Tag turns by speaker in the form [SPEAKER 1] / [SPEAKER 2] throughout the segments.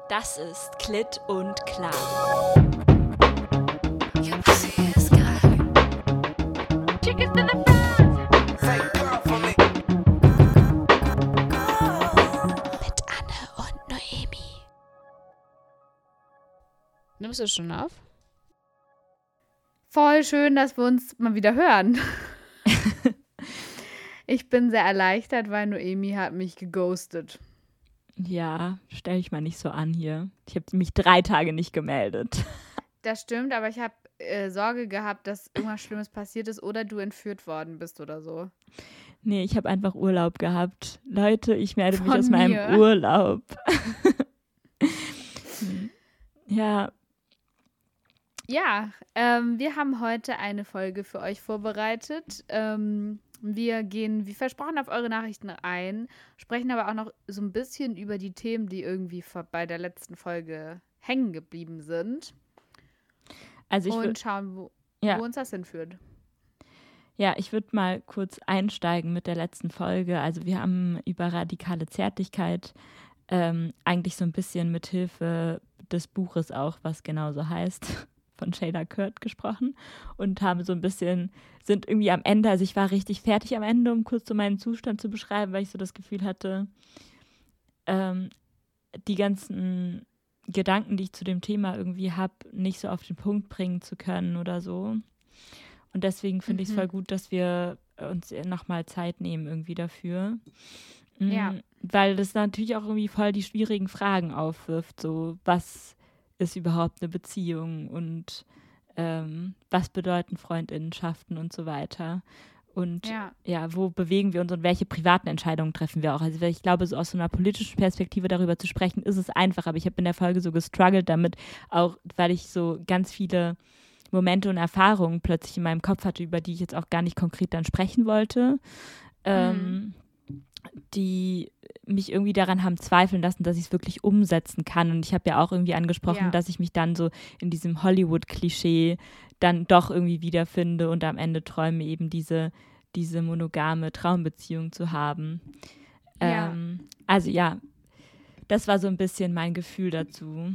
[SPEAKER 1] Das ist Klitt und Klar. Mit Anne und Noemi.
[SPEAKER 2] Nimmst du schon auf?
[SPEAKER 3] Voll schön, dass wir uns mal wieder hören. Ich bin sehr erleichtert, weil Noemi hat mich geghostet.
[SPEAKER 2] Ja, stell dich mal nicht so an hier. Ich habe mich 3 Tage nicht gemeldet.
[SPEAKER 3] Das stimmt, aber ich habe Sorge gehabt, dass irgendwas Schlimmes passiert ist oder du entführt worden bist oder so.
[SPEAKER 2] Nee, ich habe einfach Urlaub gehabt. Leute, ich melde mich
[SPEAKER 3] Von
[SPEAKER 2] aus meinem
[SPEAKER 3] mir?
[SPEAKER 2] Urlaub. Ja,
[SPEAKER 3] Ja, wir haben heute eine Folge für euch vorbereitet. Wir gehen, wie versprochen, auf eure Nachrichten ein, sprechen aber auch noch so ein bisschen über die Themen, die irgendwie bei der letzten Folge hängen geblieben sind.
[SPEAKER 2] also
[SPEAKER 3] Und schauen, wo uns das hinführt.
[SPEAKER 2] ich würde mal kurz einsteigen mit der letzten Folge. Also wir haben über radikale Zärtlichkeit eigentlich so ein bisschen mit Hilfe des Buches auch, was genauso heißt, von Shayla Kurt gesprochen und haben so ein bisschen, sind irgendwie am Ende, also ich war richtig fertig am Ende, um kurz so meinen Zustand zu beschreiben, weil ich so das Gefühl hatte, die ganzen Gedanken, die ich zu dem Thema irgendwie habe, nicht so auf den Punkt bringen zu können oder so. Und deswegen finde ich es voll gut, dass wir uns nochmal Zeit nehmen irgendwie dafür.
[SPEAKER 3] Ja.
[SPEAKER 2] Weil das natürlich auch irgendwie voll die schwierigen Fragen aufwirft, so was ist überhaupt eine Beziehung und was bedeuten Freundinnenschaften und so weiter. Und ja, wo bewegen wir uns und welche privaten Entscheidungen treffen wir auch. Also ich glaube, so aus so einer politischen Perspektive darüber zu sprechen, ist es einfach. Aber ich habe in der Folge so gestruggelt damit, auch weil ich so ganz viele Momente und Erfahrungen plötzlich in meinem Kopf hatte, über die ich jetzt auch gar nicht konkret dann sprechen wollte, die mich irgendwie daran haben zweifeln lassen, dass ich es wirklich umsetzen kann. Und ich habe ja auch irgendwie angesprochen, dass ich mich dann so in diesem Hollywood-Klischee dann doch irgendwie wiederfinde und am Ende träume, eben diese monogame Traumbeziehung zu haben. Also ja, das war so ein bisschen mein Gefühl dazu.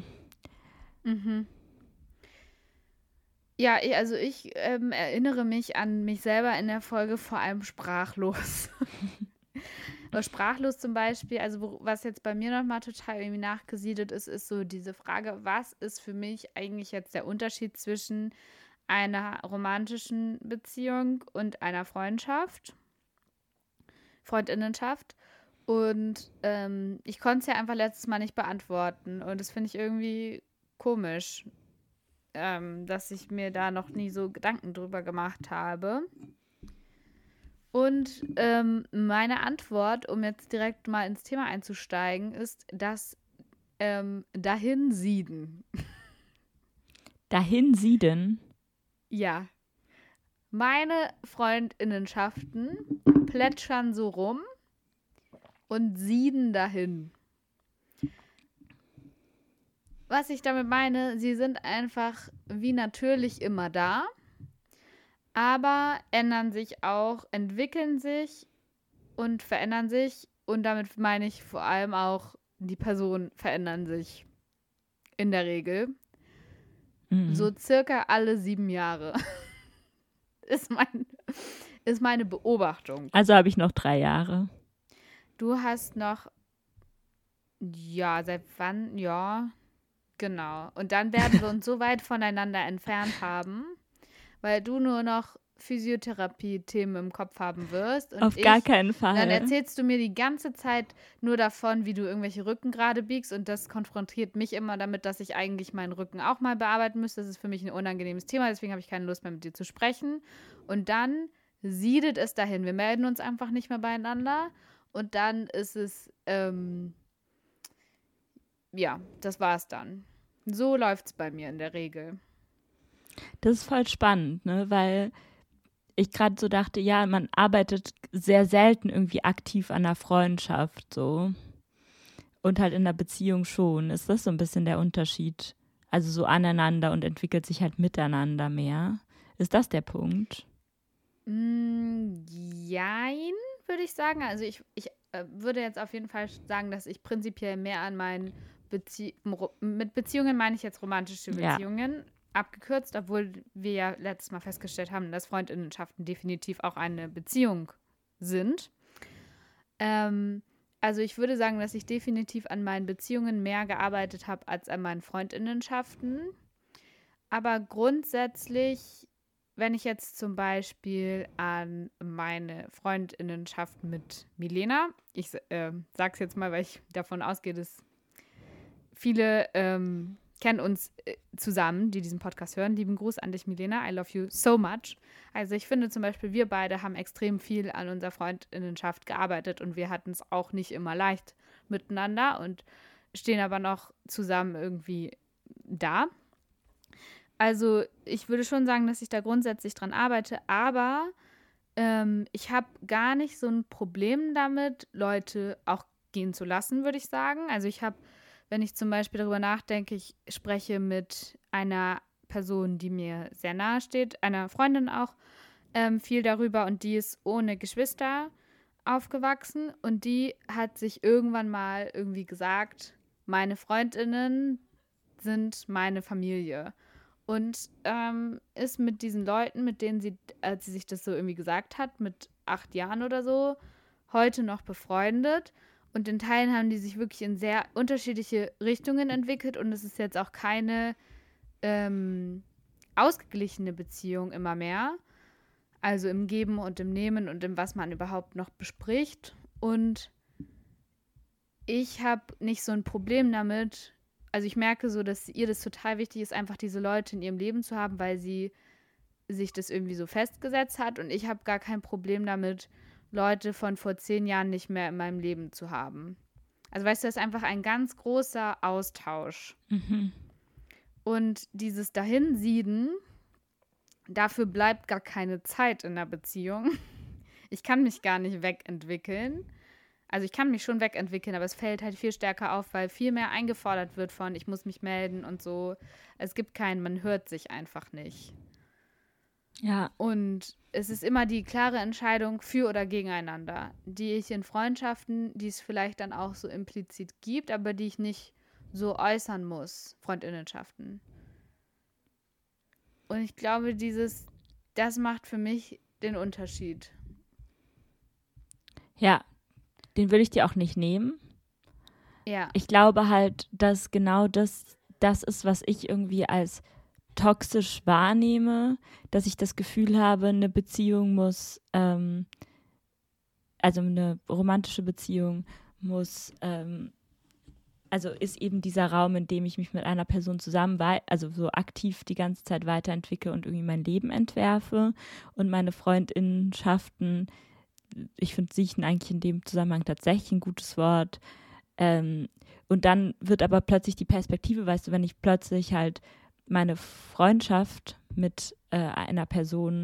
[SPEAKER 3] Ja, ich erinnere mich an mich selber in der Folge vor allem sprachlos. Sprachlos zum Beispiel, also was jetzt bei mir nochmal total irgendwie nachgesiedelt ist, ist so diese Frage, was ist für mich eigentlich jetzt der Unterschied zwischen einer romantischen Beziehung und einer Freundinnenschaft. Und ich konnte es ja einfach letztes Mal nicht beantworten. Und das finde ich irgendwie komisch, dass ich mir da noch nie so Gedanken drüber gemacht habe. Und meine Antwort, um jetzt direkt mal ins Thema einzusteigen, ist das Dahinsieden.
[SPEAKER 2] Dahinsieden?
[SPEAKER 3] Ja. Meine Freundinnenschaften plätschern so rum und sieden dahin. Was ich damit meine, sie sind einfach wie natürlich immer da, aber ändern sich auch, entwickeln sich und verändern sich. Und damit meine ich vor allem auch, die Personen verändern sich in der Regel. So circa alle 7 Jahre. ist meine Beobachtung.
[SPEAKER 2] Also habe ich noch 3 Jahre.
[SPEAKER 3] Du hast noch, ja, seit wann? Ja, genau. Und dann werden wir uns so weit voneinander entfernt haben, weil du nur noch Physiotherapie-Themen im Kopf haben wirst. Und
[SPEAKER 2] Auf gar keinen Fall.
[SPEAKER 3] Dann erzählst du mir die ganze Zeit nur davon, wie du irgendwelche Rücken gerade biegst. Und das konfrontiert mich immer damit, dass ich eigentlich meinen Rücken auch mal bearbeiten müsste. Das ist für mich ein unangenehmes Thema, deswegen habe ich keine Lust mehr mit dir zu sprechen. Und dann siedet es dahin. Wir melden uns einfach nicht mehr beieinander. Und dann ist es, das war's dann. So läuft's bei mir in der Regel.
[SPEAKER 2] Das ist voll spannend, ne? Weil ich gerade so dachte, ja, man arbeitet sehr selten irgendwie aktiv an einer Freundschaft so. Und halt in der Beziehung schon. Ist das so ein bisschen der Unterschied? Also so aneinander und entwickelt sich halt miteinander mehr. Ist das der Punkt?
[SPEAKER 3] Jein, würde ich sagen. Also ich würde jetzt auf jeden Fall sagen, dass ich prinzipiell mehr an meinen mit Beziehungen meine ich jetzt romantische
[SPEAKER 2] Ja.
[SPEAKER 3] Beziehungen, abgekürzt, obwohl wir ja letztes Mal festgestellt haben, dass Freundinnenschaften definitiv auch eine Beziehung sind. Also ich würde sagen, dass ich definitiv an meinen Beziehungen mehr gearbeitet habe als an meinen Freundinnenschaften. Aber grundsätzlich, wenn ich jetzt zum Beispiel an meine Freundinnenschaft mit Milena, ich sage es jetzt mal, weil ich davon ausgehe, dass viele kennen uns zusammen, die diesen Podcast hören. Lieben Gruß an dich, Milena. I love you so much. Also ich finde zum Beispiel, wir beide haben extrem viel an unserer Freundinnenschaft gearbeitet und wir hatten es auch nicht immer leicht miteinander und stehen aber noch zusammen irgendwie da. Also ich würde schon sagen, dass ich da grundsätzlich dran arbeite, aber ich habe gar nicht so ein Problem damit, Leute auch gehen zu lassen, würde ich sagen. Also ich habe, wenn ich zum Beispiel darüber nachdenke, ich spreche mit einer Person, die mir sehr nahe steht, einer Freundin auch, viel darüber und die ist ohne Geschwister aufgewachsen und die hat sich irgendwann mal irgendwie gesagt, meine Freundinnen sind meine Familie. Und ist mit diesen Leuten, mit denen sie, als sie sich das so irgendwie gesagt hat, mit 8 Jahren oder so, heute noch befreundet. Und in Teilen haben die sich wirklich in sehr unterschiedliche Richtungen entwickelt. Und es ist jetzt auch keine ausgeglichene Beziehung immer mehr. Also im Geben und im Nehmen und im, was man überhaupt noch bespricht. Und ich habe nicht so ein Problem damit. Also ich merke so, dass ihr das total wichtig ist, einfach diese Leute in ihrem Leben zu haben, weil sie sich das irgendwie so festgesetzt hat. Und ich habe gar kein Problem damit, Leute von vor 10 Jahren nicht mehr in meinem Leben zu haben. Also weißt du, das ist einfach ein ganz großer Austausch.
[SPEAKER 2] Mhm.
[SPEAKER 3] Und dieses Dahinsieden, dafür bleibt gar keine Zeit in der Beziehung. Ich kann mich gar nicht wegentwickeln. Also ich kann mich schon wegentwickeln, aber es fällt halt viel stärker auf, weil viel mehr eingefordert wird von, ich muss mich melden und so. Es gibt keinen, man hört sich einfach nicht.
[SPEAKER 2] Ja.
[SPEAKER 3] Und es ist immer die klare Entscheidung für oder gegeneinander, die ich in Freundschaften, die es vielleicht dann auch so implizit gibt, aber die ich nicht so äußern muss, Freundinnenschaften. Und ich glaube, das macht für mich den Unterschied.
[SPEAKER 2] Ja, den will ich dir auch nicht nehmen.
[SPEAKER 3] Ja.
[SPEAKER 2] Ich glaube halt, dass genau das ist, was ich irgendwie als toxisch wahrnehme, dass ich das Gefühl habe, eine Beziehung muss, also eine romantische Beziehung muss, also ist eben dieser Raum, in dem ich mich mit einer Person also so aktiv die ganze Zeit weiterentwickle und irgendwie mein Leben entwerfe und meine Freundinnenschaften, ich finde, siechen eigentlich in dem Zusammenhang tatsächlich ein gutes Wort. Und dann wird aber plötzlich die Perspektive, weißt du, wenn ich plötzlich halt meine Freundschaft mit einer Person,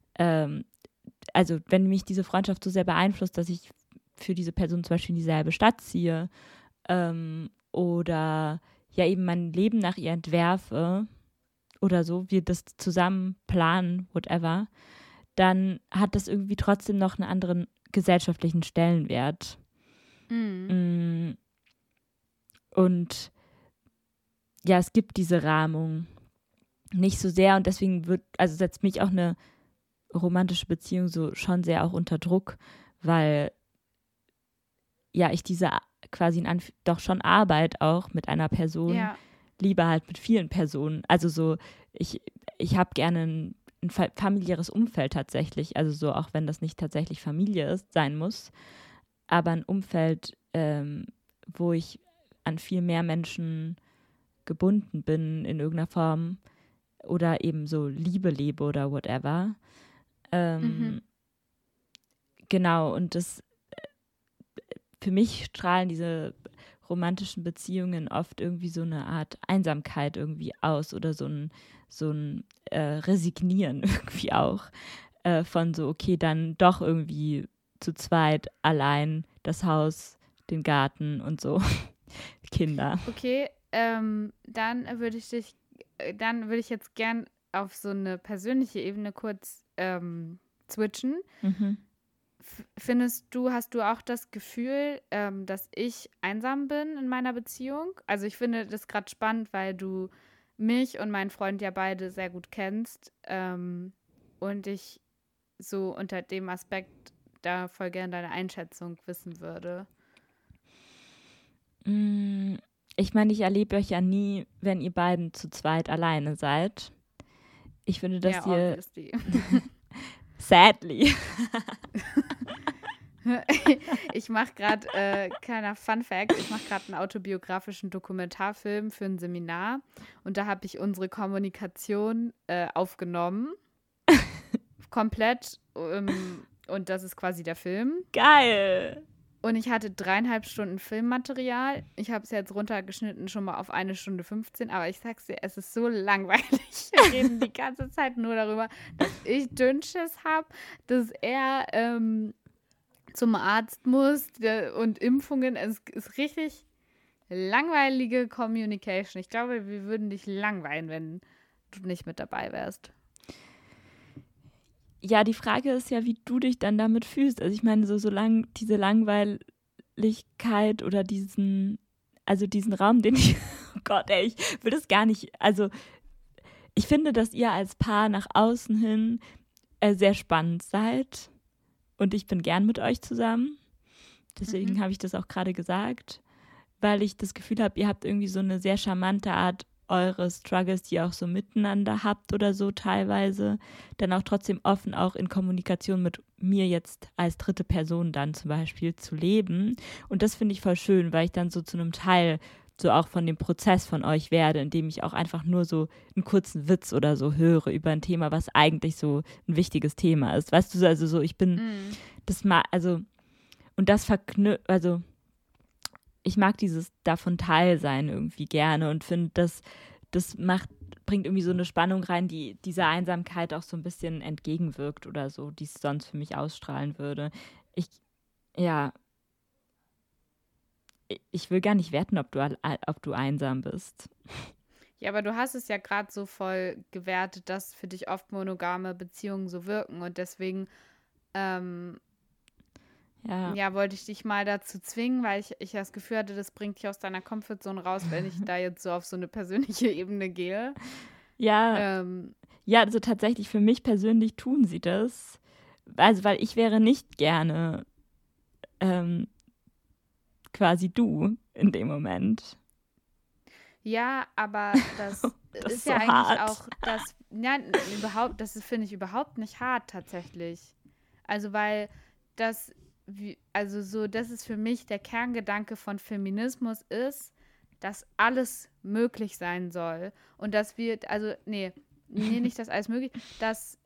[SPEAKER 2] also wenn mich diese Freundschaft so sehr beeinflusst, dass ich für diese Person zum Beispiel in dieselbe Stadt ziehe oder ja eben mein Leben nach ihr entwerfe oder so, wir das zusammen planen, whatever, dann hat das irgendwie trotzdem noch einen anderen gesellschaftlichen Stellenwert.
[SPEAKER 3] Mhm.
[SPEAKER 2] Und ja, es gibt diese Rahmung nicht so sehr und deswegen setzt mich auch eine romantische Beziehung so schon sehr auch unter Druck, weil ja ich diese quasi doch schon Arbeit auch mit einer Person lieber halt mit vielen Personen. Also so, ich habe gerne ein familiäres Umfeld tatsächlich, also so, auch wenn das nicht tatsächlich Familie sein muss, aber ein Umfeld, wo ich an viel mehr Menschen gebunden bin in irgendeiner Form oder eben so Liebe lebe oder whatever. Genau, und das für mich strahlen diese romantischen Beziehungen oft irgendwie so eine Art Einsamkeit irgendwie aus oder so ein Resignieren irgendwie auch von so, okay, dann doch irgendwie zu zweit allein das Haus, den Garten und so Kinder.
[SPEAKER 3] Okay, dann würde ich jetzt gern auf so eine persönliche Ebene kurz switchen. hast du auch das Gefühl, dass ich einsam bin in meiner Beziehung? Also ich finde das gerade spannend, weil du mich und meinen Freund ja beide sehr gut kennst, und ich so unter dem Aspekt da voll gerne deine Einschätzung wissen würde.
[SPEAKER 2] Ich meine, ich erlebe euch ja nie, wenn ihr beiden zu zweit alleine seid. Ich finde, dass ihr
[SPEAKER 3] obviously.
[SPEAKER 2] sadly.
[SPEAKER 3] Ich mache gerade, kleiner Fun Fact, ich mache gerade einen autobiografischen Dokumentarfilm für ein Seminar und da habe ich unsere Kommunikation aufgenommen. Komplett. Und das ist quasi der Film.
[SPEAKER 2] Geil!
[SPEAKER 3] Und ich hatte 3,5 Stunden Filmmaterial. Ich habe es jetzt runtergeschnitten schon mal auf 1 Stunde 15, aber ich sag's dir, es ist so langweilig. Wir reden die ganze Zeit nur darüber, dass ich Dünnschiss habe, dass er zum Arzt muss und Impfungen. Es ist richtig langweilige Communication. Ich glaube, wir würden dich langweilen, wenn du nicht mit dabei wärst.
[SPEAKER 2] Ja, die Frage ist ja, wie du dich dann damit fühlst. Also ich meine, solange diese Langweiligkeit oder diesen Raum, den ich, oh Gott, ey, ich will das gar nicht, also ich finde, dass ihr als Paar nach außen hin sehr spannend seid und ich bin gern mit euch zusammen. Deswegen habe ich das auch gerade gesagt, weil ich das Gefühl habe, ihr habt irgendwie so eine sehr charmante Art, eure Struggles, die ihr auch so miteinander habt oder so teilweise, dann auch trotzdem offen auch in Kommunikation mit mir jetzt als dritte Person dann zum Beispiel zu leben. Und das finde ich voll schön, weil ich dann so zu einem Teil so auch von dem Prozess von euch werde, indem ich auch einfach nur so einen kurzen Witz oder so höre über ein Thema, was eigentlich so ein wichtiges Thema ist. Weißt du, also so, ich bin das mal, also, und das also ich mag dieses davon Teil sein irgendwie gerne und finde, das bringt irgendwie so eine Spannung rein, die dieser Einsamkeit auch so ein bisschen entgegenwirkt oder so, die es sonst für mich ausstrahlen würde. Ich will gar nicht werten, ob du einsam bist.
[SPEAKER 3] Ja, aber du hast es ja gerade so voll gewertet, dass für dich oft monogame Beziehungen so wirken und deswegen wollte ich dich mal dazu zwingen, weil ich das Gefühl hatte, das bringt dich aus deiner Comfortzone raus, wenn ich da jetzt so auf so eine persönliche Ebene gehe.
[SPEAKER 2] Ja, also tatsächlich für mich persönlich tun sie das. Also, weil ich wäre nicht gerne quasi du in dem Moment.
[SPEAKER 3] Ja, aber das
[SPEAKER 2] Das
[SPEAKER 3] ist
[SPEAKER 2] so
[SPEAKER 3] ja eigentlich
[SPEAKER 2] hart.
[SPEAKER 3] auch das finde ich überhaupt nicht hart tatsächlich. Also, weil das ist für mich der Kerngedanke von Feminismus ist, dass alles möglich sein soll und dass wir, nicht, dass alles möglich, dass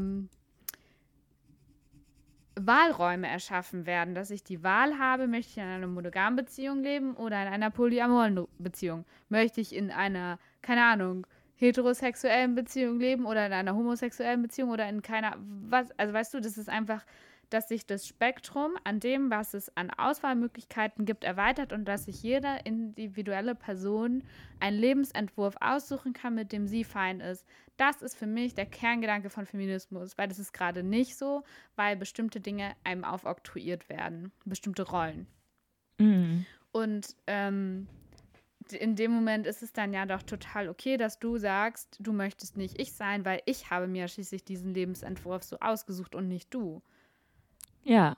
[SPEAKER 3] Wahlräume erschaffen werden, dass ich die Wahl habe, möchte ich in einer monogamen Beziehung leben oder in einer polyamoren Beziehung? Möchte ich in einer, keine Ahnung, heterosexuellen Beziehung leben oder in einer homosexuellen Beziehung oder in keiner, also weißt du, das ist einfach, dass sich das Spektrum an dem, was es an Auswahlmöglichkeiten gibt, erweitert und dass sich jede individuelle Person einen Lebensentwurf aussuchen kann, mit dem sie fein ist. Das ist für mich der Kerngedanke von Feminismus, weil das ist gerade nicht so, weil bestimmte Dinge einem aufoktroyiert werden, bestimmte Rollen. Und in dem Moment ist es dann ja doch total okay, dass du sagst, du möchtest nicht ich sein, weil ich habe mir schließlich diesen Lebensentwurf so ausgesucht und nicht du.
[SPEAKER 2] Ja.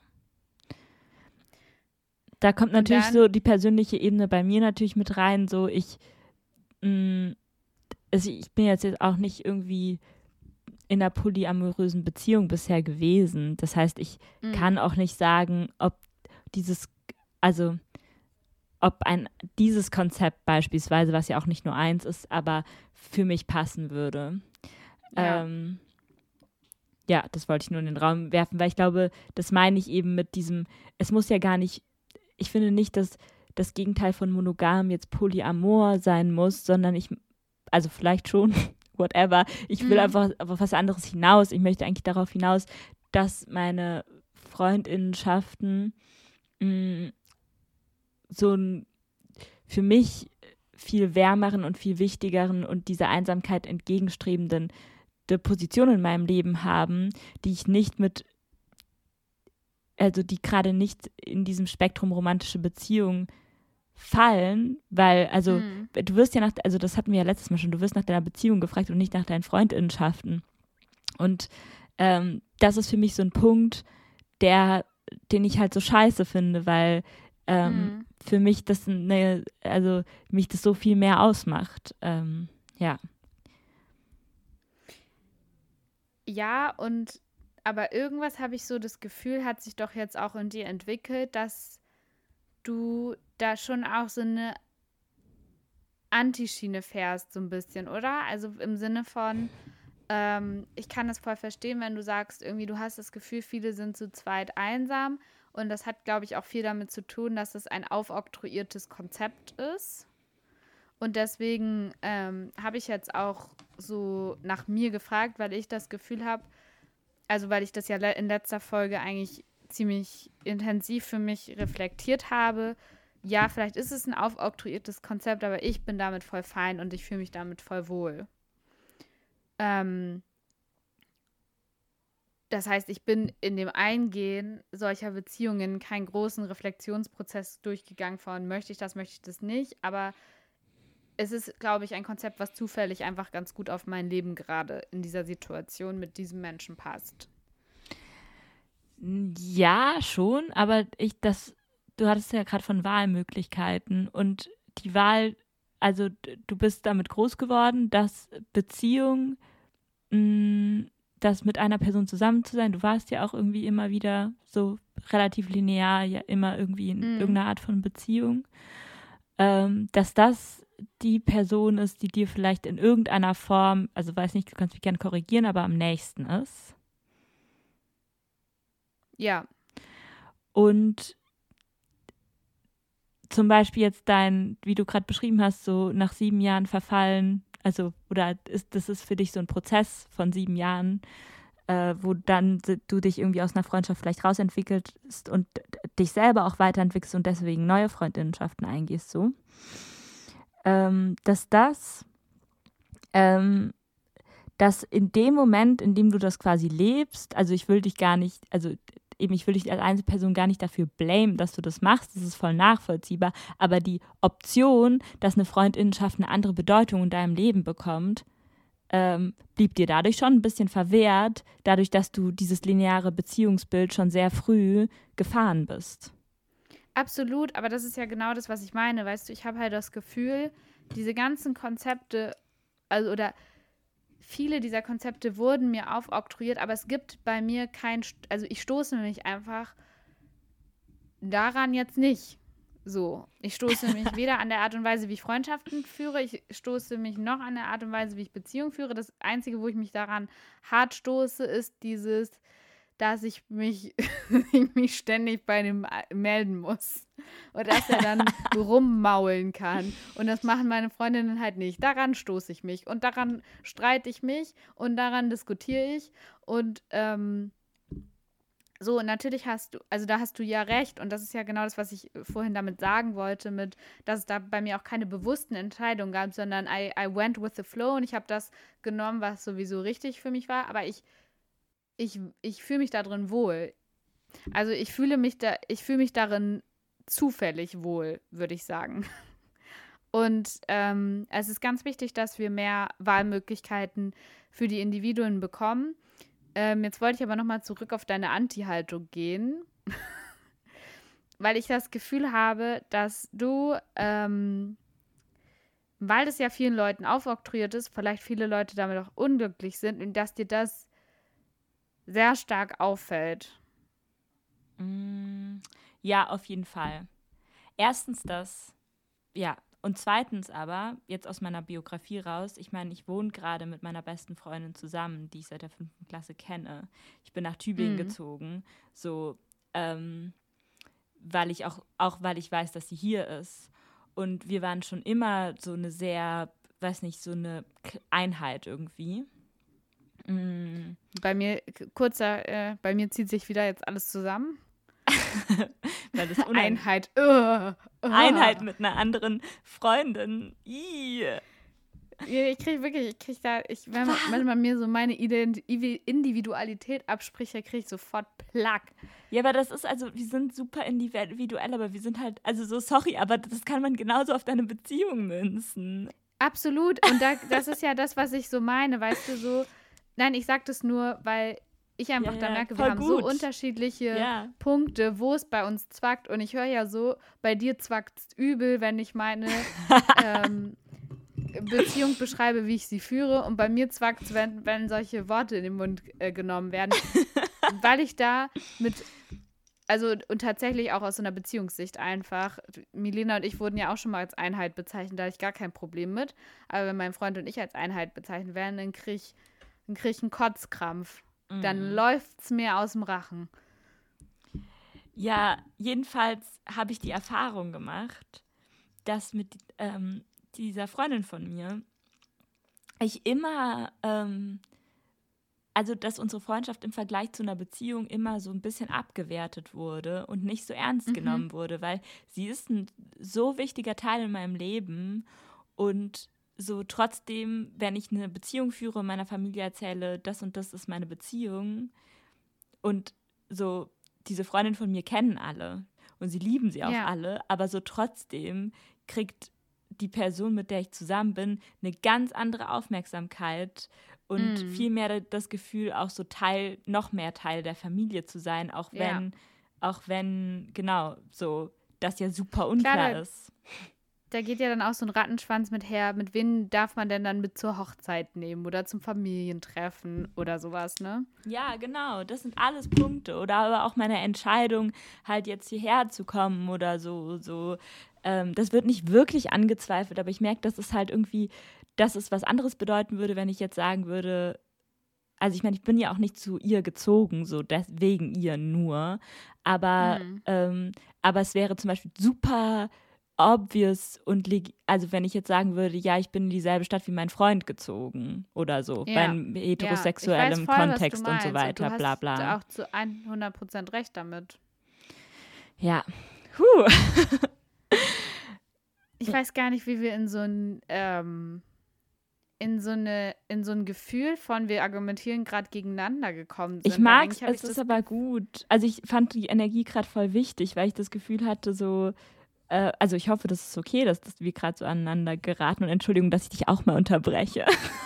[SPEAKER 2] Da kommt natürlich so die persönliche Ebene bei mir natürlich mit rein, so ich bin jetzt auch nicht irgendwie in einer polyamorösen Beziehung bisher gewesen. Das heißt, ich kann auch nicht sagen, ob dieses Konzept beispielsweise, was ja auch nicht nur eins ist, aber für mich passen würde. Ja. Das wollte ich nur in den Raum werfen, weil ich glaube, das meine ich eben mit diesem, es muss ja gar nicht, ich finde nicht, dass das Gegenteil von monogam jetzt Polyamor sein muss, sondern also vielleicht schon, whatever, ich will einfach auf was anderes hinaus. Ich möchte eigentlich darauf hinaus, dass meine Freundinnenschaften so einen für mich viel wärmeren und viel wichtigeren und dieser Einsamkeit entgegenstrebenden Position in meinem Leben haben, die ich nicht mit also die gerade nicht in diesem Spektrum romantische Beziehungen fallen, weil, also du wirst ja also das hatten wir ja letztes Mal schon, du wirst nach deiner Beziehung gefragt und nicht nach deinen Freundinnenschaften. Und das ist für mich so ein Punkt, den ich halt so scheiße finde, weil für mich mich das so viel mehr ausmacht. Ja.
[SPEAKER 3] Ja, aber irgendwas habe ich so das Gefühl, hat sich doch jetzt auch in dir entwickelt, dass du da schon auch so eine Antischiene fährst, so ein bisschen, oder? Also im Sinne von, ich kann das voll verstehen, wenn du sagst, irgendwie du hast das Gefühl, viele sind zu zweit einsam und das hat, glaube ich, auch viel damit zu tun, dass es ein aufoktroyiertes Konzept ist. Und deswegen habe ich jetzt auch so nach mir gefragt, weil ich das Gefühl habe, also weil ich das ja in letzter Folge eigentlich ziemlich intensiv für mich reflektiert habe. Ja, vielleicht ist es ein aufoktroyiertes Konzept, aber ich bin damit voll fein und ich fühle mich damit voll wohl. Das heißt, ich bin in dem Eingehen solcher Beziehungen keinen großen Reflexionsprozess durchgegangen von, möchte ich das nicht, aber es ist, glaube ich, ein Konzept, was zufällig einfach ganz gut auf mein Leben gerade in dieser Situation mit diesem Menschen passt.
[SPEAKER 2] Ja, schon, aber du hattest ja gerade von Wahlmöglichkeiten und die Wahl, also du bist damit groß geworden, dass Beziehung, das mit einer Person zusammen zu sein, du warst ja auch irgendwie immer wieder so relativ linear, ja immer irgendwie in irgendeiner Art von Beziehung, dass das die Person ist, die dir vielleicht in irgendeiner Form, also weiß nicht, du kannst mich gerne korrigieren, aber am nächsten ist.
[SPEAKER 3] Ja.
[SPEAKER 2] Und zum Beispiel jetzt wie du gerade beschrieben hast, so nach 7 Jahren verfallen, also, das ist für dich so ein Prozess von 7 Jahren, wo dann du dich irgendwie aus einer Freundschaft vielleicht rausentwickelst und dich selber auch weiterentwickelst und deswegen neue Freundinnenschaften eingehst, so. Dass in dem Moment, in dem du das quasi lebst, also ich will dich als Einzelperson gar nicht dafür blamen, dass du das machst, das ist voll nachvollziehbar, aber die Option, dass eine Freundinnenschaft eine andere Bedeutung in deinem Leben bekommt, blieb dir dadurch schon ein bisschen verwehrt, dadurch, dass du dieses lineare Beziehungsbild schon sehr früh gefahren bist.
[SPEAKER 3] Absolut, aber das ist ja genau das, was ich meine, weißt du, ich habe halt das Gefühl, diese ganzen Konzepte, oder viele dieser Konzepte wurden mir aufoktroyiert, aber es gibt bei mir also ich stoße mich einfach daran jetzt nicht. So, ich stoße mich weder an der Art und Weise, wie ich Freundschaften führe, ich stoße mich noch an der Art und Weise, wie ich Beziehungen führe. Das Einzige, wo ich mich daran hart stoße, ist dieses, dass ich mich ständig bei dem melden muss und dass er dann rummaulen kann. Und das machen meine Freundinnen halt nicht. Daran stoße ich mich und daran streite ich mich und daran diskutiere ich. Und so, natürlich da hast du ja recht und das ist ja genau das, was ich vorhin damit sagen wollte, dass es da bei mir auch keine bewussten Entscheidungen gab, sondern I went with the flow und ich habe das genommen, was sowieso richtig für mich war, aber ich fühle mich da drin wohl. Also ich fühle mich darin zufällig wohl, würde ich sagen. Und es ist ganz wichtig, dass wir mehr Wahlmöglichkeiten für die Individuen bekommen. Jetzt wollte ich aber nochmal zurück auf deine Anti-Haltung gehen, weil ich das Gefühl habe, dass du, weil das ja vielen Leuten aufoktroyiert ist, vielleicht viele Leute damit auch unglücklich sind und dass dir das sehr stark auffällt.
[SPEAKER 2] Ja, auf jeden Fall. Erstens das, ja. Und zweitens aber, jetzt aus meiner Biografie raus, ich meine, ich wohne gerade mit meiner besten Freundin zusammen, die ich seit der 5. Klasse kenne. Ich bin nach Tübingen gezogen, so, weil ich weil ich weiß, dass sie hier ist. Und wir waren schon immer so eine sehr, weiß nicht, so eine Einheit irgendwie.
[SPEAKER 3] Bei mir, bei mir zieht sich wieder jetzt alles zusammen.
[SPEAKER 2] Weil das
[SPEAKER 3] Einheit.
[SPEAKER 2] Einheit mit einer anderen Freundin.
[SPEAKER 3] Wenn man mir so meine Individualität abspricht, dann kriege ich sofort Plack.
[SPEAKER 2] Ja, aber das ist also, wir sind super individuell, aber wir sind halt, also so sorry, aber das kann man genauso auf deine Beziehung münzen.
[SPEAKER 3] Absolut. Und das ist ja das, was ich so meine, weißt du, so. Nein, ich sag das nur, weil ich einfach da merke, wir haben so unterschiedliche Punkte, wo es bei uns zwackt. Und ich höre ja so, bei dir zwackt es übel, wenn ich meine Beziehung beschreibe, wie ich sie führe. Und bei mir zwackt es, wenn solche Worte in den Mund genommen werden. Weil ich da und tatsächlich auch aus so einer Beziehungssicht einfach, Milena und ich wurden ja auch schon mal als Einheit bezeichnet, da habe ich gar kein Problem mit. Aber wenn mein Freund und ich als Einheit bezeichnet werden, dann krieg ich einen Kotzkrampf. Dann läuft's mir aus dem Rachen.
[SPEAKER 2] Ja, jedenfalls habe ich die Erfahrung gemacht, dass mit dieser Freundin von mir ich immer, also dass unsere Freundschaft im Vergleich zu einer Beziehung immer so ein bisschen abgewertet wurde und nicht so ernst genommen wurde, weil sie ist ein so wichtiger Teil in meinem Leben und so trotzdem, wenn ich eine Beziehung führe, meiner Familie erzähle, das und das ist meine Beziehung und so diese Freundin von mir kennen alle und sie lieben sie auch alle, aber so trotzdem kriegt die Person, mit der ich zusammen bin, eine ganz andere Aufmerksamkeit und viel mehr das Gefühl, auch so noch mehr Teil der Familie zu sein, auch wenn, genau, so das ja super unklar ist.
[SPEAKER 3] Da geht ja dann auch so ein Rattenschwanz mit her, mit wem darf man denn dann mit zur Hochzeit nehmen oder zum Familientreffen oder sowas, ne?
[SPEAKER 2] Ja, genau, das sind alles Punkte. Oder aber auch meine Entscheidung, halt jetzt hierher zu kommen oder so. Das wird nicht wirklich angezweifelt, aber ich merke, dass es halt irgendwie, dass es was anderes bedeuten würde, wenn ich jetzt sagen würde, also ich meine, ich bin ja auch nicht zu ihr gezogen, so wegen ihr nur, aber es wäre zum Beispiel super obvious und also wenn ich jetzt sagen würde, ja, ich bin in dieselbe Stadt wie mein Freund gezogen oder so, beim heterosexuellen Kontext und so weiter, bla bla.
[SPEAKER 3] Du hast auch zu 100% recht damit.
[SPEAKER 2] Ja.
[SPEAKER 3] Ich weiß gar nicht, wie wir in so ein Gefühl von wir argumentieren gerade gegeneinander gekommen sind.
[SPEAKER 2] Ich mag es, ist aber gut. Also ich fand die Energie gerade voll wichtig, weil ich das Gefühl hatte, so also ich hoffe, das ist okay, dass wir gerade so aneinander geraten und Entschuldigung, dass ich dich auch mal unterbreche.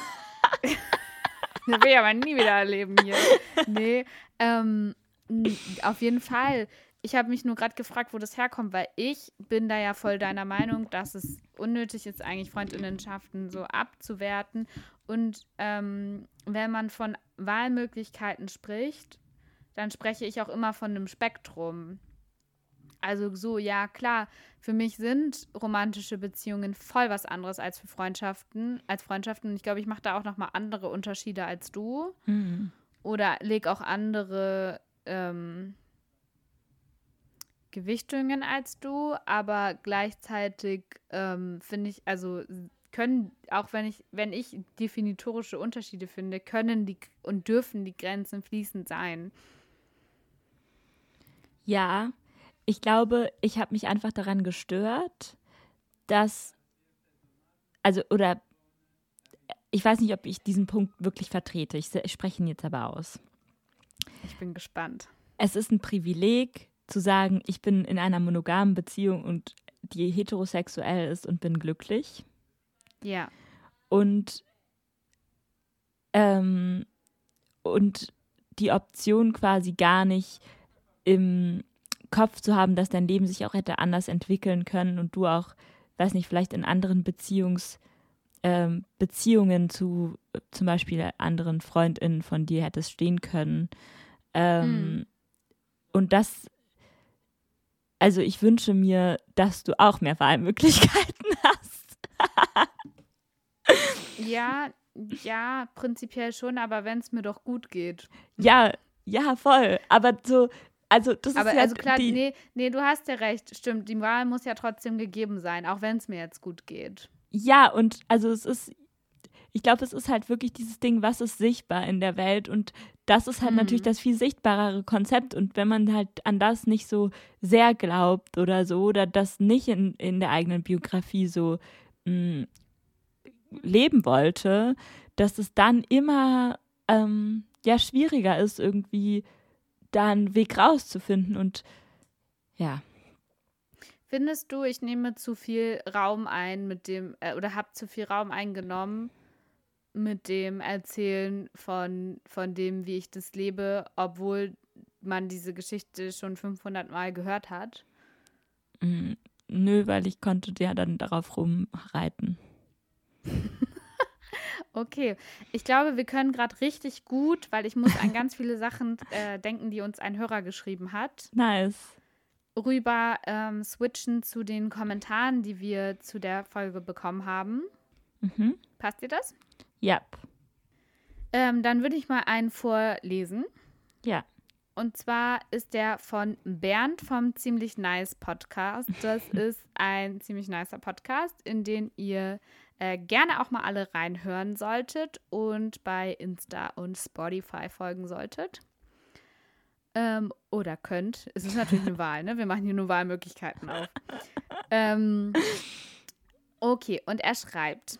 [SPEAKER 3] Das will ich aber nie wieder erleben hier. Nee, auf jeden Fall. Ich habe mich nur gerade gefragt, wo das herkommt, weil ich bin da ja voll deiner Meinung, dass es unnötig ist, eigentlich Freundinnenschaften so abzuwerten. Und wenn man von Wahlmöglichkeiten spricht, dann spreche ich auch immer von einem Spektrum. Also so, ja klar, für mich sind romantische Beziehungen voll was anderes als Freundschaften. Und ich glaube, ich mache da auch nochmal andere Unterschiede als du. Oder lege auch andere Gewichtungen als du, aber gleichzeitig finde ich, also können, auch wenn ich definitorische Unterschiede finde, können die und dürfen die Grenzen fließend sein.
[SPEAKER 2] Ja, ich glaube, ich habe mich einfach daran gestört, dass, also, oder ich weiß nicht, ob ich diesen Punkt wirklich vertrete. Ich spreche ihn jetzt aber aus.
[SPEAKER 3] Ich bin gespannt.
[SPEAKER 2] Es ist ein Privileg, zu sagen, ich bin in einer monogamen Beziehung und die heterosexuell ist und bin glücklich.
[SPEAKER 3] Ja.
[SPEAKER 2] Und die Option quasi gar nicht im Kopf zu haben, dass dein Leben sich auch hätte anders entwickeln können und du auch, weiß nicht, vielleicht in anderen Beziehungen zu zum Beispiel anderen FreundInnen von dir hättest stehen können. Und das, also ich wünsche mir, dass du auch mehr Wahlmöglichkeiten hast.
[SPEAKER 3] Ja, prinzipiell schon, aber wenn es mir doch gut geht.
[SPEAKER 2] Ja, voll. Aber so, also das
[SPEAKER 3] aber
[SPEAKER 2] ist ja
[SPEAKER 3] also klar, nee, du hast ja recht, stimmt. Die Wahl muss ja trotzdem gegeben sein, auch wenn es mir jetzt gut geht.
[SPEAKER 2] Ja, und also ich glaube, es ist halt wirklich dieses Ding, was ist sichtbar in der Welt und das ist halt natürlich das viel sichtbarere Konzept und wenn man halt an das nicht so sehr glaubt oder so oder das nicht in der eigenen Biografie so leben wollte, dass es dann immer schwieriger ist, irgendwie da einen Weg rauszufinden. Und ja.
[SPEAKER 3] Findest du, ich nehme zu viel Raum ein oder habe zu viel Raum eingenommen mit dem Erzählen von dem, wie ich das lebe, obwohl man diese Geschichte schon 500 Mal gehört hat?
[SPEAKER 2] Nö, weil ich konnte ja dann darauf rumreiten.
[SPEAKER 3] Okay, ich glaube, wir können gerade richtig gut, weil ich muss an ganz viele Sachen denken, die uns ein Hörer geschrieben hat,
[SPEAKER 2] Nice.
[SPEAKER 3] rüber switchen zu den Kommentaren, die wir zu der Folge bekommen haben.
[SPEAKER 2] Mhm.
[SPEAKER 3] Passt dir das?
[SPEAKER 2] Ja.
[SPEAKER 3] Dann würde ich mal einen vorlesen.
[SPEAKER 2] Ja.
[SPEAKER 3] Und zwar ist der von Bernd vom Ziemlich Nice Podcast. Das ist ein ziemlich nicer Podcast, in den ihr gerne auch mal alle reinhören solltet und bei Insta und Spotify folgen solltet. Oder könnt. Es ist natürlich eine Wahl, ne? Wir machen hier nur Wahlmöglichkeiten auf. Okay, und er schreibt: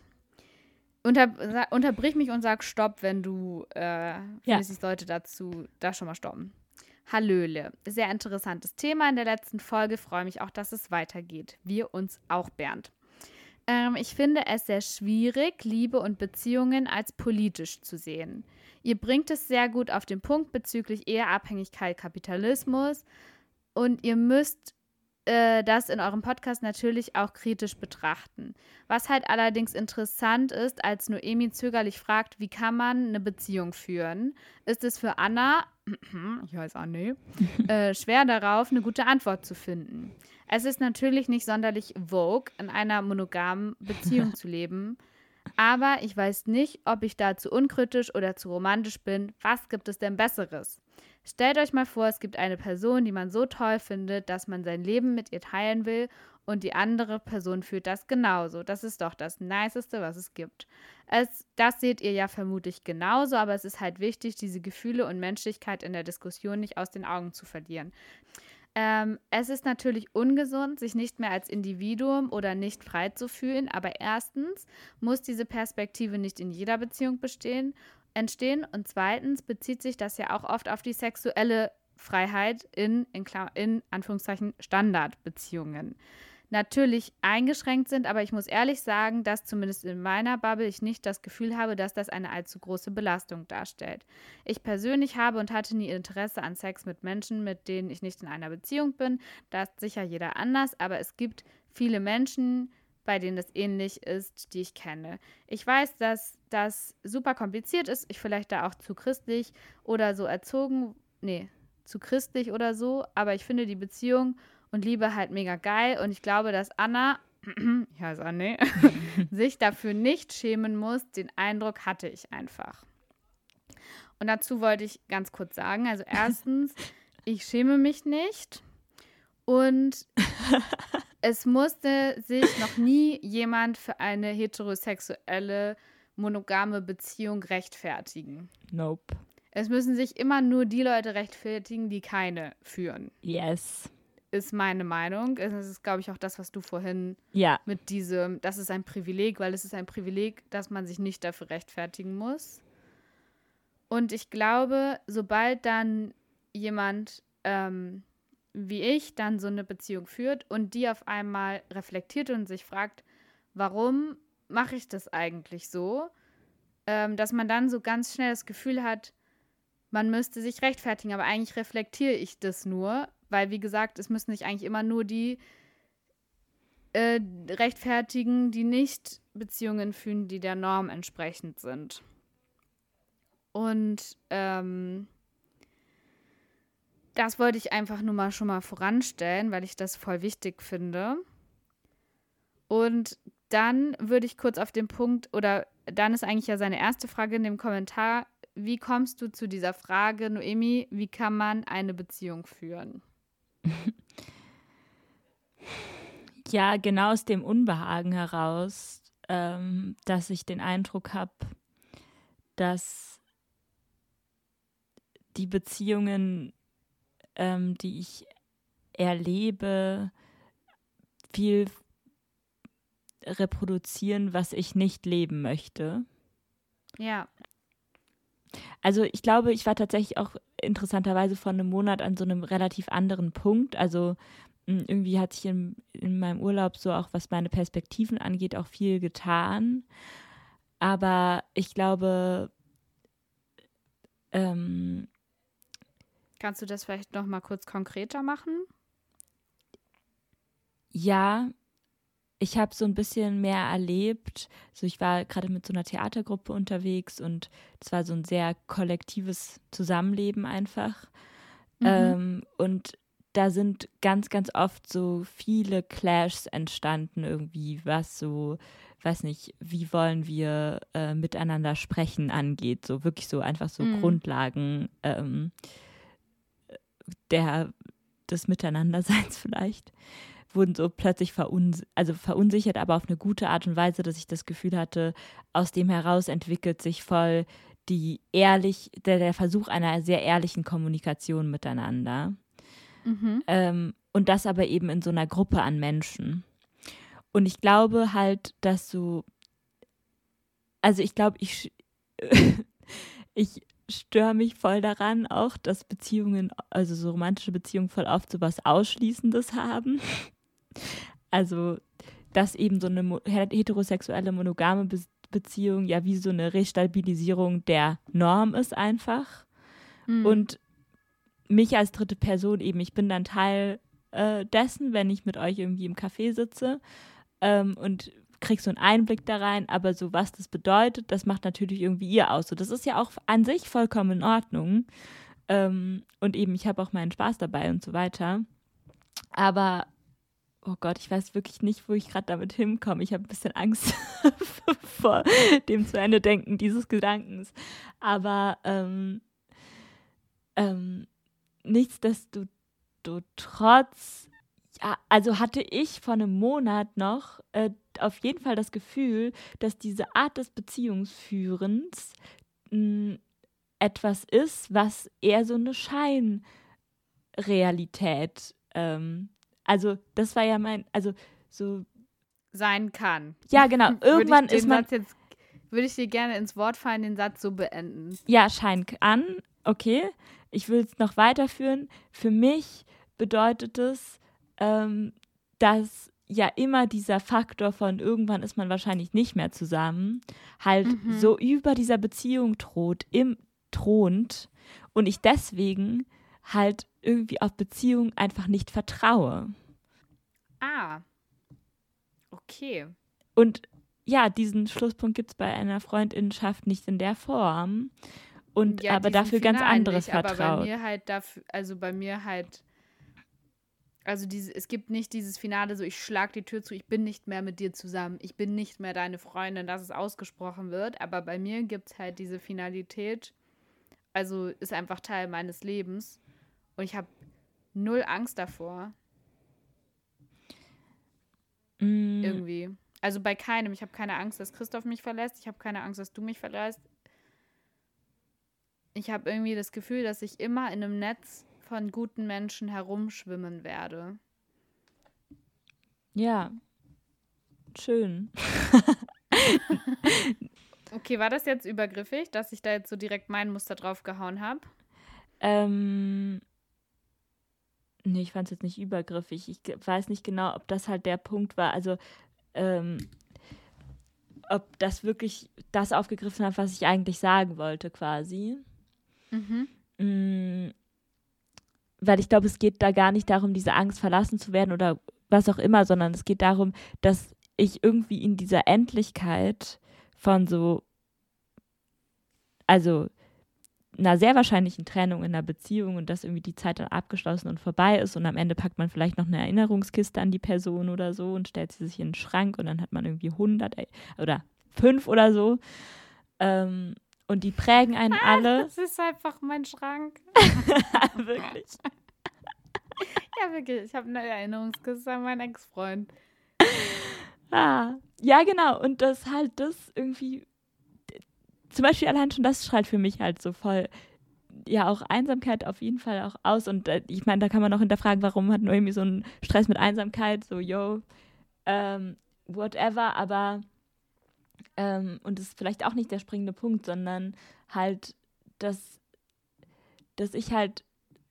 [SPEAKER 3] Unterbrich mich und sag Stopp, wenn du findest, ich sollte da schon mal stoppen. Hallöle. Sehr interessantes Thema in der letzten Folge. Freue mich auch, dass es weitergeht. Wir uns auch, Bernd. Ich finde es sehr schwierig, Liebe und Beziehungen als politisch zu sehen. Ihr bringt es sehr gut auf den Punkt bezüglich Eheabhängigkeit, Kapitalismus. Und ihr müsst das in eurem Podcast natürlich auch kritisch betrachten. Was halt allerdings interessant ist, als Noemi zögerlich fragt, wie kann man eine Beziehung führen, ist es für Anna, ich heiße Anne, schwer darauf, eine gute Antwort zu finden. Es ist natürlich nicht sonderlich vogue, in einer monogamen Beziehung zu leben, aber ich weiß nicht, ob ich da zu unkritisch oder zu romantisch bin. Was gibt es denn Besseres? Stellt euch mal vor, es gibt eine Person, die man so toll findet, dass man sein Leben mit ihr teilen will und die andere Person fühlt das genauso. Das ist doch das Niceste, was es gibt. Das seht ihr ja vermutlich genauso, aber es ist halt wichtig, diese Gefühle und Menschlichkeit in der Diskussion nicht aus den Augen zu verlieren. Es ist natürlich ungesund, sich nicht mehr als Individuum oder nicht frei zu fühlen, aber erstens muss diese Perspektive nicht in jeder Beziehung entstehen und zweitens bezieht sich das ja auch oft auf die sexuelle Freiheit in Anführungszeichen Standardbeziehungen. Natürlich eingeschränkt sind, aber ich muss ehrlich sagen, dass zumindest in meiner Bubble ich nicht das Gefühl habe, dass das eine allzu große Belastung darstellt. Ich persönlich habe und hatte nie Interesse an Sex mit Menschen, mit denen ich nicht in einer Beziehung bin. Da ist sicher jeder anders, aber es gibt viele Menschen, bei denen das ähnlich ist, die ich kenne. Ich weiß, dass das super kompliziert ist, ich vielleicht da auch zu christlich oder so zu christlich oder so, aber ich finde die Beziehung und Liebe halt mega geil und ich glaube, dass Anna, ich heiße Anne, sich dafür nicht schämen muss. Den Eindruck hatte ich einfach. Und dazu wollte ich ganz kurz sagen, also erstens, ich schäme mich nicht und es musste sich noch nie jemand für eine heterosexuelle, monogame Beziehung rechtfertigen.
[SPEAKER 2] Nope.
[SPEAKER 3] Es müssen sich immer nur die Leute rechtfertigen, die keine führen.
[SPEAKER 2] Yes.
[SPEAKER 3] Ist meine Meinung. Das ist, glaube ich, auch das, was du vorhin mit diesem, das ist ein Privileg, weil es ist ein Privileg, dass man sich nicht dafür rechtfertigen muss. Und ich glaube, sobald dann jemand wie ich dann so eine Beziehung führt und die auf einmal reflektiert und sich fragt, warum mache ich das eigentlich so, dass man dann so ganz schnell das Gefühl hat, man müsste sich rechtfertigen, aber eigentlich reflektiere ich das nur, weil, wie gesagt, es müssen sich eigentlich immer nur die rechtfertigen, die nicht Beziehungen führen, die der Norm entsprechend sind. Und das wollte ich einfach nur mal schon mal voranstellen, weil ich das voll wichtig finde. Und dann würde ich kurz auf den Punkt, oder dann ist eigentlich ja seine erste Frage in dem Kommentar, wie kommst du zu dieser Frage, Noemi, wie kann man eine Beziehung führen?
[SPEAKER 2] Ja, genau aus dem Unbehagen heraus, dass ich den Eindruck habe, dass die Beziehungen, die ich erlebe, viel reproduzieren, was ich nicht leben möchte.
[SPEAKER 3] Ja.
[SPEAKER 2] Also ich glaube, ich war tatsächlich auch interessanterweise vor einem Monat an so einem relativ anderen Punkt. Also irgendwie hat sich in meinem Urlaub so auch, was meine Perspektiven angeht, auch viel getan. Aber ich glaube,
[SPEAKER 3] Kannst du das vielleicht noch mal kurz konkreter machen?
[SPEAKER 2] ja, ich habe so ein bisschen mehr erlebt. So, ich war gerade mit so einer Theatergruppe unterwegs und es war so ein sehr kollektives Zusammenleben einfach. Und da sind ganz, ganz oft so viele Clashs entstanden irgendwie, was so, weiß nicht, wie wollen wir miteinander sprechen angeht. So wirklich so einfach so Grundlagen des Miteinanderseins vielleicht, wurden so plötzlich verunsichert, aber auf eine gute Art und Weise, dass ich das Gefühl hatte, aus dem heraus entwickelt sich voll der Versuch einer sehr ehrlichen Kommunikation miteinander. Und das aber eben in so einer Gruppe an Menschen. Und ich glaube halt, dass ich störe mich voll daran auch, dass Beziehungen, also so romantische Beziehungen voll oft so was Ausschließendes haben. Also, dass eben so eine heterosexuelle, monogame Beziehung ja wie so eine Restabilisierung der Norm ist einfach. Und mich als dritte Person eben, ich bin dann Teil dessen, wenn ich mit euch irgendwie im Café sitze und krieg so einen Einblick da rein, aber so was das bedeutet, das macht natürlich irgendwie ihr aus. So, das ist ja auch an sich vollkommen in Ordnung. Und eben, ich habe auch meinen Spaß dabei und so weiter. Aber oh Gott, ich weiß wirklich nicht, wo ich gerade damit hinkomme. Ich habe ein bisschen Angst vor dem zu Ende denken dieses Gedankens. Aber nichtsdestotrotz, ja, also hatte ich vor einem Monat noch auf jeden Fall das Gefühl, dass diese Art des Beziehungsführens etwas ist, was eher so eine Scheinrealität also das war ja so
[SPEAKER 3] sein kann.
[SPEAKER 2] Ja, genau. Irgendwann ist man.
[SPEAKER 3] Würde ich dir gerne ins Wort fallen, den Satz so beenden.
[SPEAKER 2] Ja, Schein an. Okay. Ich will es noch weiterführen. Für mich bedeutet es, dass ja immer dieser Faktor von irgendwann ist man wahrscheinlich nicht mehr zusammen, halt so über dieser Beziehung thront und ich deswegen halt irgendwie auf Beziehungen einfach nicht vertraue.
[SPEAKER 3] Ah, okay.
[SPEAKER 2] Und ja, diesen Schlusspunkt gibt es bei einer Freundinnenschaft nicht in der Form. Und
[SPEAKER 3] ja,
[SPEAKER 2] aber dafür ganz anderes
[SPEAKER 3] nicht,
[SPEAKER 2] vertraut.
[SPEAKER 3] Aber bei mir halt, es gibt nicht dieses Finale, so ich schlag die Tür zu, ich bin nicht mehr mit dir zusammen, ich bin nicht mehr deine Freundin, dass es ausgesprochen wird. Aber bei mir gibt es halt diese Finalität, also ist einfach Teil meines Lebens. Und ich habe null Angst davor. Irgendwie. Also bei keinem. Ich habe keine Angst, dass Christoph mich verlässt. Ich habe keine Angst, dass du mich verlässt. Ich habe irgendwie das Gefühl, dass ich immer in einem Netz von guten Menschen herumschwimmen werde.
[SPEAKER 2] Ja. Schön.
[SPEAKER 3] Okay, war das jetzt übergriffig, dass ich da jetzt so direkt mein Muster drauf gehauen habe?
[SPEAKER 2] Nee, ich fand es jetzt nicht übergriffig. Ich weiß nicht genau, ob das halt der Punkt war. Also, ob das wirklich das aufgegriffen hat, was ich eigentlich sagen wollte, quasi. Weil ich glaube, es geht da gar nicht darum, diese Angst verlassen zu werden oder was auch immer, sondern es geht darum, dass ich irgendwie in dieser Endlichkeit von so, also einer sehr wahrscheinlichen Trennung in einer Beziehung und dass irgendwie die Zeit dann abgeschlossen und vorbei ist und am Ende packt man vielleicht noch eine Erinnerungskiste an die Person oder so und stellt sie sich in den Schrank und dann hat man irgendwie 100 oder 5 oder so und die prägen einen alle.
[SPEAKER 3] Das ist einfach mein Schrank.
[SPEAKER 2] Wirklich?
[SPEAKER 3] Ja, wirklich. Ich habe eine Erinnerungskiste an meinen Ex-Freund.
[SPEAKER 2] Ja, genau. Und das halt das irgendwie zum Beispiel allein schon das strahlt für mich halt so voll, ja, auch Einsamkeit auf jeden Fall auch aus. Und ich meine, da kann man auch hinterfragen, warum hat Noemi so einen Stress mit Einsamkeit? So, whatever, aber und das ist vielleicht auch nicht der springende Punkt, sondern halt, dass ich halt,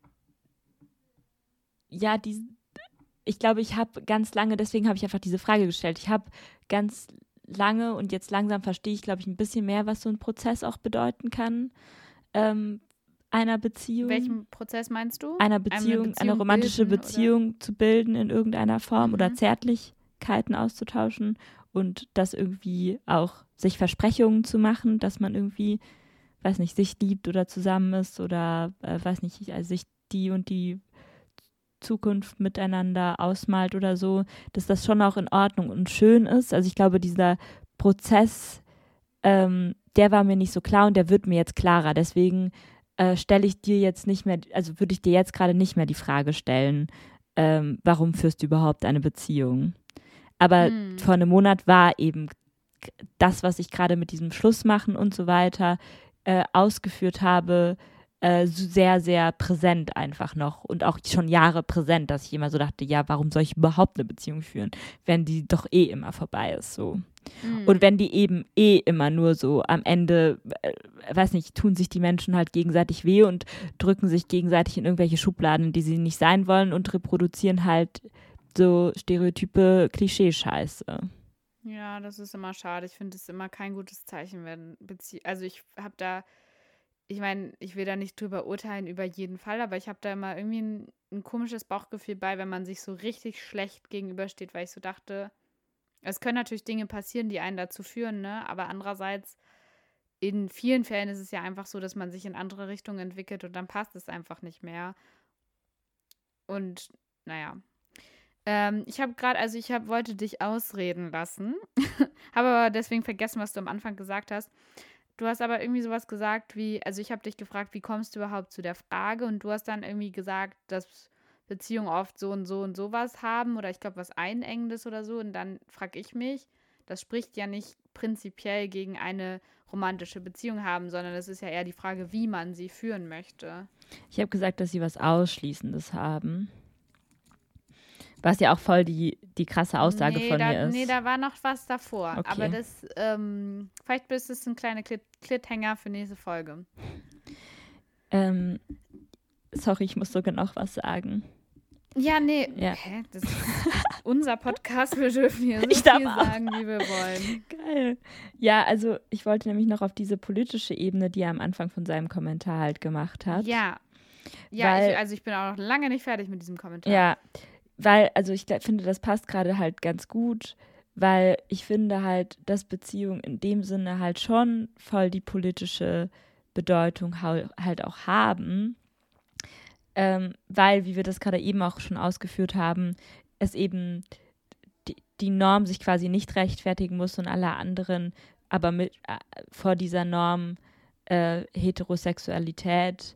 [SPEAKER 2] ja, ich glaube, ich habe ganz lange, deswegen habe ich einfach diese Frage gestellt, ich habe ganz lange und jetzt langsam verstehe ich, glaube ich, ein bisschen mehr, was so ein Prozess auch bedeuten kann, einer Beziehung.
[SPEAKER 3] Welchen Prozess meinst du?
[SPEAKER 2] Eine romantische Beziehung zu bilden in irgendeiner Form oder Zärtlichkeiten auszutauschen und das irgendwie auch sich Versprechungen zu machen, dass man irgendwie, weiß nicht, sich liebt oder zusammen ist oder, weiß nicht, also sich die und die Zukunft miteinander ausmalt oder so, dass das schon auch in Ordnung und schön ist. Also ich glaube, dieser Prozess, der war mir nicht so klar und der wird mir jetzt klarer. Deswegen stelle ich dir jetzt nicht mehr, also würde ich dir jetzt gerade nicht mehr die Frage stellen, warum führst du überhaupt eine Beziehung? Aber vor einem Monat war eben das, was ich gerade mit diesem Schluss machen und so weiter ausgeführt habe, sehr, sehr präsent einfach noch und auch schon Jahre präsent, dass ich immer so dachte, ja, warum soll ich überhaupt eine Beziehung führen, wenn die doch immer vorbei ist, so. Und wenn die eben immer nur so am Ende, weiß nicht, tun sich die Menschen halt gegenseitig weh und drücken sich gegenseitig in irgendwelche Schubladen, in die sie nicht sein wollen und reproduzieren halt so Stereotype Klischee-Scheiße.
[SPEAKER 3] Ja, das ist immer schade. Ich finde es immer kein gutes Zeichen, wenn also ich meine, ich will da nicht drüber urteilen über jeden Fall, aber ich habe da immer irgendwie ein komisches Bauchgefühl bei, wenn man sich so richtig schlecht gegenübersteht, weil ich so dachte, es können natürlich Dinge passieren, die einen dazu führen, ne? Aber andererseits, in vielen Fällen ist es ja einfach so, dass man sich in andere Richtungen entwickelt und dann passt es einfach nicht mehr. Und naja. Wollte dich ausreden lassen, habe aber deswegen vergessen, was du am Anfang gesagt hast. Du hast aber irgendwie sowas gesagt wie, also ich habe dich gefragt, wie kommst du überhaupt zu der Frage? Und du hast dann irgendwie gesagt, dass Beziehungen oft so und so und sowas haben oder ich glaube was Einengendes oder so. Und dann frage ich mich, das spricht ja nicht prinzipiell gegen eine romantische Beziehung haben, sondern es ist ja eher die Frage, wie man sie führen möchte.
[SPEAKER 2] Ich habe gesagt, dass sie was Ausschließendes haben. Was ja auch voll die krasse Aussage von mir ist.
[SPEAKER 3] Nee, da war noch was davor.
[SPEAKER 2] Okay.
[SPEAKER 3] Aber das, vielleicht ist es ein kleiner Cliffhanger für nächste Folge.
[SPEAKER 2] Sorry, ich muss sogar noch was sagen.
[SPEAKER 3] Ja, nee.
[SPEAKER 2] Ja.
[SPEAKER 3] Hä? Das ist unser Podcast, wir dürfen hier so viel sagen, wie wir wollen.
[SPEAKER 2] Geil. Ja, also ich wollte nämlich noch auf diese politische Ebene, die er am Anfang von seinem Kommentar halt gemacht hat.
[SPEAKER 3] Ja. Ich bin auch noch lange nicht fertig mit diesem Kommentar.
[SPEAKER 2] Ja, weil, also ich finde, das passt gerade halt ganz gut, weil ich finde halt, dass Beziehungen in dem Sinne halt schon voll die politische Bedeutung halt auch haben, weil, wie wir das gerade eben auch schon ausgeführt haben, es eben die Norm sich quasi nicht rechtfertigen muss und alle anderen aber vor dieser Norm Heterosexualität,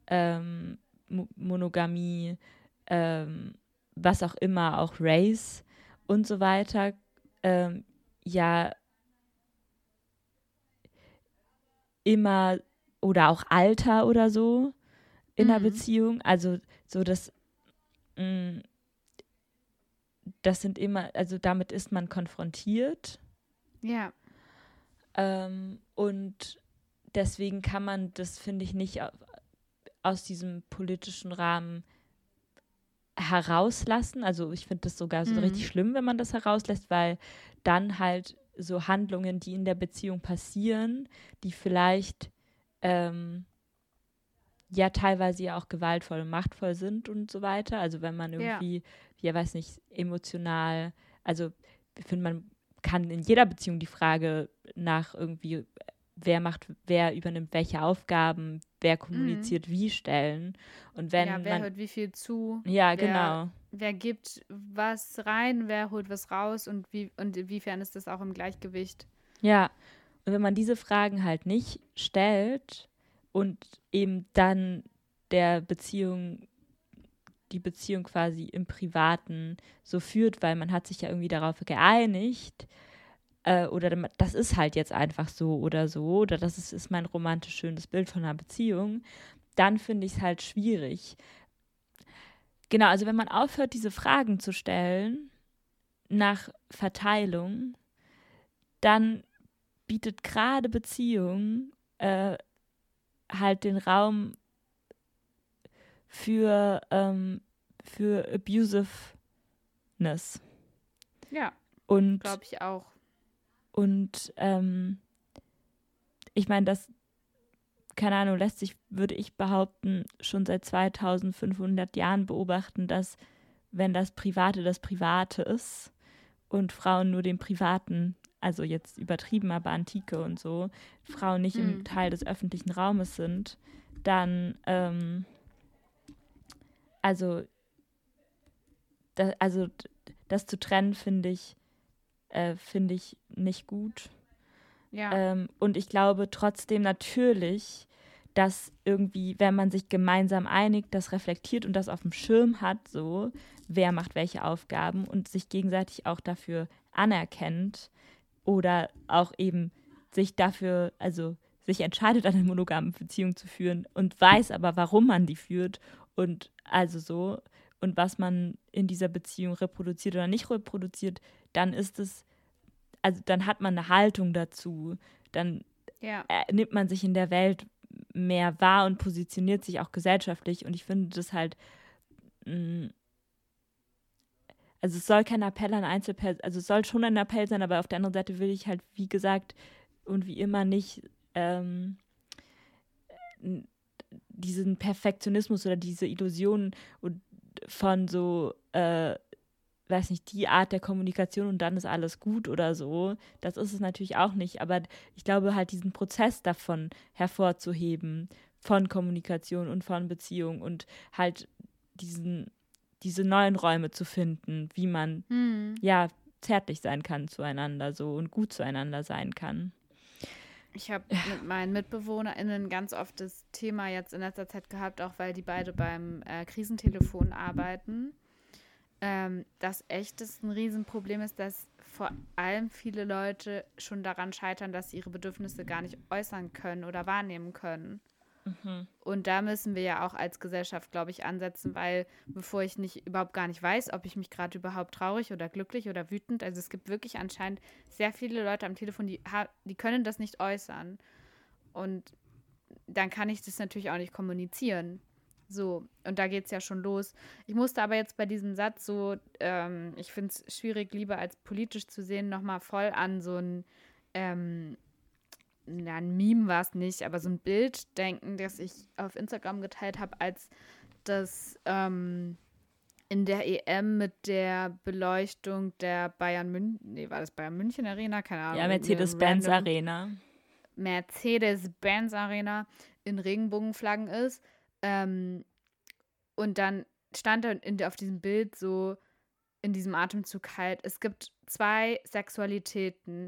[SPEAKER 2] Monogamie, was auch immer, auch Race und so weiter, ja immer oder auch Alter oder so in einer Beziehung, also so das sind immer, also damit ist man konfrontiert.
[SPEAKER 3] Ja.
[SPEAKER 2] Und deswegen kann man das, finde ich, nicht aus diesem politischen Rahmen herauslassen. Also ich finde das sogar so richtig schlimm, wenn man das herauslässt, weil dann halt so Handlungen, die in der Beziehung passieren, die vielleicht ja teilweise ja auch gewaltvoll und machtvoll sind und so weiter. Also wenn man irgendwie, ja weiß nicht, emotional, also ich finde, man kann in jeder Beziehung die Frage nach irgendwie, wer übernimmt welche Aufgaben, wer kommuniziert wie stellen. Und wenn
[SPEAKER 3] wer hört wie viel zu.
[SPEAKER 2] Ja, genau.
[SPEAKER 3] Wer gibt was rein, wer holt was raus und inwiefern ist das auch im Gleichgewicht?
[SPEAKER 2] Ja, und wenn man diese Fragen halt nicht stellt und eben dann die Beziehung quasi im Privaten so führt, weil man hat sich ja irgendwie darauf geeinigt, oder das ist halt jetzt einfach so, oder das ist mein romantisch schönes Bild von einer Beziehung, dann finde ich es halt schwierig. Genau, also wenn man aufhört, diese Fragen zu stellen, nach Verteilung, dann bietet gerade Beziehung halt den Raum für Abusiveness.
[SPEAKER 3] Ja,
[SPEAKER 2] Und,
[SPEAKER 3] glaube ich auch.
[SPEAKER 2] und ich meine, das, keine Ahnung, lässt sich, würde ich behaupten, schon seit 2500 Jahren beobachten, dass, wenn das Private ist und Frauen nur dem Privaten, also jetzt übertrieben, aber Antike und so, Frauen nicht im Teil des öffentlichen Raumes sind, dann, das zu trennen, finde ich nicht gut.
[SPEAKER 3] Ja.
[SPEAKER 2] Und ich glaube trotzdem natürlich, dass irgendwie, wenn man sich gemeinsam einigt, das reflektiert und das auf dem Schirm hat, so, wer macht welche Aufgaben und sich gegenseitig auch dafür anerkennt oder auch eben sich dafür, also sich entscheidet, eine monogame Beziehung zu führen und weiß aber, warum man die führt und also so und was man in dieser Beziehung reproduziert oder nicht reproduziert, dann ist es, also dann hat man eine Haltung dazu, dann
[SPEAKER 3] Ja.
[SPEAKER 2] nimmt man sich in der Welt mehr wahr und positioniert sich auch gesellschaftlich. Und ich finde das halt, also es soll kein Appell an Einzelpersonen, also es soll schon ein Appell sein, aber auf der anderen Seite will ich halt, wie gesagt, und wie immer nicht diesen Perfektionismus oder diese Illusion von so, weiß nicht, die Art der Kommunikation und dann ist alles gut oder so. Das ist es natürlich auch nicht, aber ich glaube halt diesen Prozess davon hervorzuheben, von Kommunikation und von Beziehung und halt diese neuen Räume zu finden, wie man ja zärtlich sein kann zueinander so und gut zueinander sein kann.
[SPEAKER 3] Ich habe mit meinen MitbewohnerInnen ganz oft das Thema jetzt in letzter Zeit gehabt, auch weil die beide beim Krisentelefon arbeiten, dass echt das ein Riesenproblem ist, dass vor allem viele Leute schon daran scheitern, dass sie ihre Bedürfnisse gar nicht äußern können oder wahrnehmen können. Und da müssen wir ja auch als Gesellschaft, glaube ich, ansetzen, weil bevor ich überhaupt gar nicht weiß, ob ich mich gerade überhaupt traurig oder glücklich oder wütend, also es gibt wirklich anscheinend sehr viele Leute am Telefon, die können das nicht äußern. Und dann kann ich das natürlich auch nicht kommunizieren. So, und da geht es ja schon los. Ich musste aber jetzt bei diesem Satz so, ich finde es schwierig, lieber als politisch zu sehen, nochmal voll an so ein ein Meme war es nicht, aber so ein Bild denken, das ich auf Instagram geteilt habe, als das in der EM mit der Beleuchtung der Bayern München, war das Bayern München Arena? Keine Ahnung.
[SPEAKER 2] Ja, Mercedes-Benz Arena.
[SPEAKER 3] Mercedes-Benz Arena in Regenbogenflaggen ist. Und dann stand da auf diesem Bild so in diesem Atemzug halt, es gibt zwei Sexualitäten,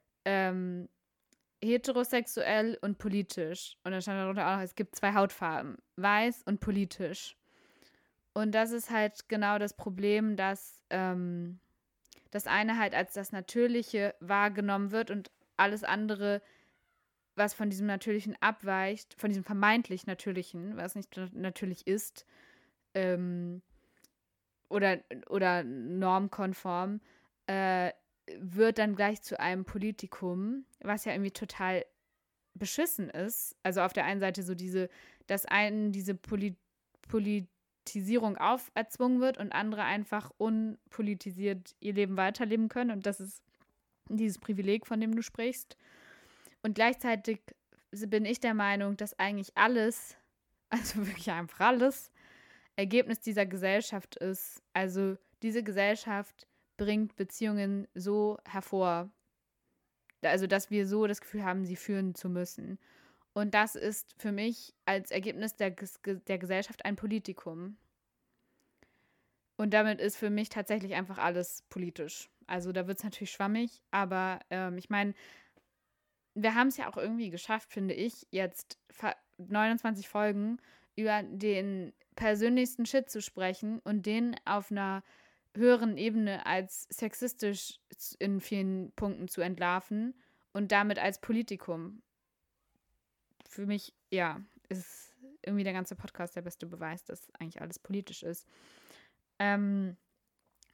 [SPEAKER 3] heterosexuell und politisch. Und dann stand darunter auch noch, es gibt zwei Hautfarben, weiß und politisch. Und das ist halt genau das Problem, dass das eine halt als das Natürliche wahrgenommen wird und alles andere, was von diesem Natürlichen abweicht, von diesem vermeintlich Natürlichen, was nicht natürlich ist, oder normkonform, wird dann gleich zu einem Politikum, was ja irgendwie total beschissen ist. Also auf der einen Seite so dass einen diese Politisierung auferzwungen wird und andere einfach unpolitisiert ihr Leben weiterleben können. Und das ist dieses Privileg, von dem du sprichst. Und gleichzeitig bin ich der Meinung, dass eigentlich alles, also wirklich einfach alles, Ergebnis dieser Gesellschaft ist. Also diese Gesellschaft bringt Beziehungen so hervor, also dass wir so das Gefühl haben, sie führen zu müssen. Und das ist für mich als Ergebnis der Gesellschaft ein Politikum. Und damit ist für mich tatsächlich einfach alles politisch. Also da wird es natürlich schwammig, aber ich meine, wir haben es ja auch irgendwie geschafft, finde ich, jetzt 29 Folgen über den persönlichsten Shit zu sprechen und den auf einer höheren Ebene als sexistisch in vielen Punkten zu entlarven und damit als Politikum. Für mich, ja, ist irgendwie der ganze Podcast der beste Beweis, dass eigentlich alles politisch ist.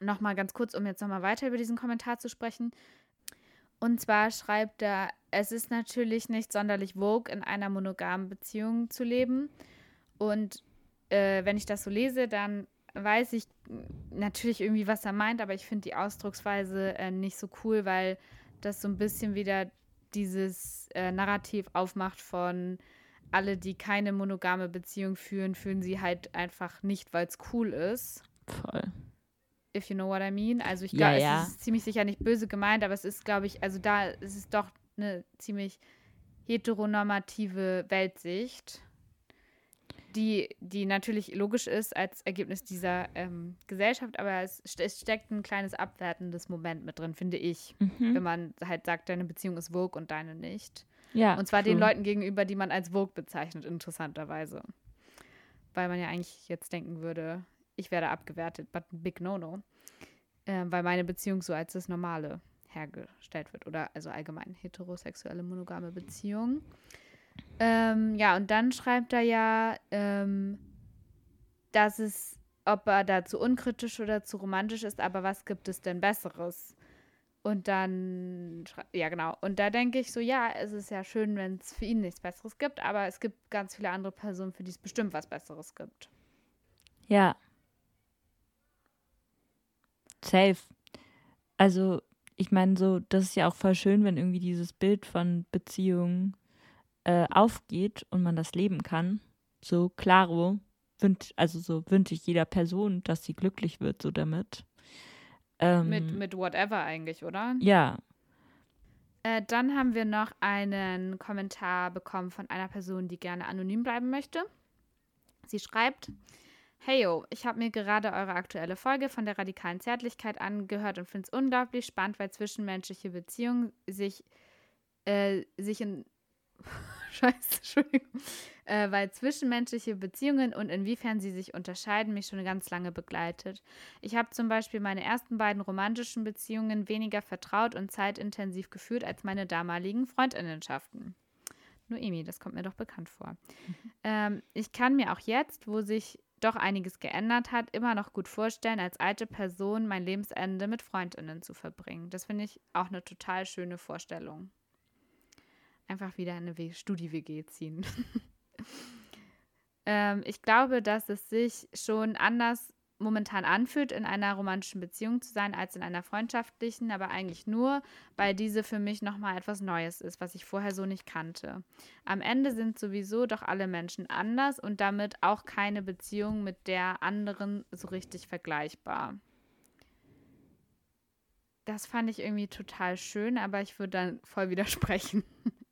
[SPEAKER 3] nochmal ganz kurz, um jetzt nochmal weiter über diesen Kommentar zu sprechen. Und zwar schreibt er, es ist natürlich nicht sonderlich vogue, in einer monogamen Beziehung zu leben. Und wenn ich das so lese, dann weiß ich natürlich irgendwie, was er meint, aber ich finde die Ausdrucksweise nicht so cool, weil das so ein bisschen wieder dieses Narrativ aufmacht von alle, die keine monogame Beziehung führen, fühlen sie halt einfach nicht, weil es cool ist.
[SPEAKER 2] Voll.
[SPEAKER 3] If you know what I mean. Also ich
[SPEAKER 2] Ja,
[SPEAKER 3] glaube,
[SPEAKER 2] ja.
[SPEAKER 3] es ist ziemlich sicher nicht böse gemeint, aber es ist, glaube ich, also da ist es doch eine ziemlich heteronormative Weltsicht, die natürlich logisch ist als Ergebnis dieser Gesellschaft, aber es steckt ein kleines abwertendes Moment mit drin, finde ich, wenn man halt sagt, deine Beziehung ist vogue und deine nicht.
[SPEAKER 2] Ja,
[SPEAKER 3] Und zwar den
[SPEAKER 2] true.
[SPEAKER 3] Leuten gegenüber, die man als vogue bezeichnet, interessanterweise. Weil man ja eigentlich jetzt denken würde, ich werde abgewertet, but big no-no. Weil meine Beziehung so als das Normale hergestellt wird. Oder also allgemein heterosexuelle monogame Beziehung. Ja, und dann schreibt er ja, dass es, ob er da zu unkritisch oder zu romantisch ist, aber was gibt es denn Besseres? Und dann, ja genau, und da denke ich so, ja, es ist ja schön, wenn es für ihn nichts Besseres gibt, aber es gibt ganz viele andere Personen, für die es bestimmt was Besseres gibt.
[SPEAKER 2] Ja. Safe. Also, ich meine, so, das ist ja auch voll schön, wenn irgendwie dieses Bild von Beziehungen aufgeht und man das leben kann. So, klaro, so wünsche ich jeder Person, dass sie glücklich wird, so damit.
[SPEAKER 3] Mit whatever eigentlich, oder?
[SPEAKER 2] Ja.
[SPEAKER 3] Dann haben wir noch einen Kommentar bekommen von einer Person, die gerne anonym bleiben möchte. Sie schreibt: Heyo, ich habe mir gerade eure aktuelle Folge von der radikalen Zärtlichkeit angehört und finde es unglaublich spannend, weil zwischenmenschliche Beziehungen sich in Scheiße, Entschuldigung. Weil zwischenmenschliche Beziehungen und inwiefern sie sich unterscheiden, mich schon ganz lange begleitet. Ich habe zum Beispiel meine ersten beiden romantischen Beziehungen weniger vertraut und zeitintensiv geführt als meine damaligen Freundinnenschaften. Noemi, das kommt mir doch bekannt vor. Ich kann mir auch jetzt, wo sich doch einiges geändert hat, immer noch gut vorstellen, als alte Person mein Lebensende mit Freundinnen zu verbringen. Das finde ich auch eine total schöne Vorstellung. Einfach wieder in eine Studi-WG ziehen. Ich glaube, dass es sich schon anders momentan anfühlt, in einer romantischen Beziehung zu sein, als in einer freundschaftlichen, aber eigentlich nur, weil diese für mich nochmal etwas Neues ist, was ich vorher so nicht kannte. Am Ende sind sowieso doch alle Menschen anders und damit auch keine Beziehung mit der anderen so richtig vergleichbar. Das fand ich irgendwie total schön, aber ich würde dann voll widersprechen.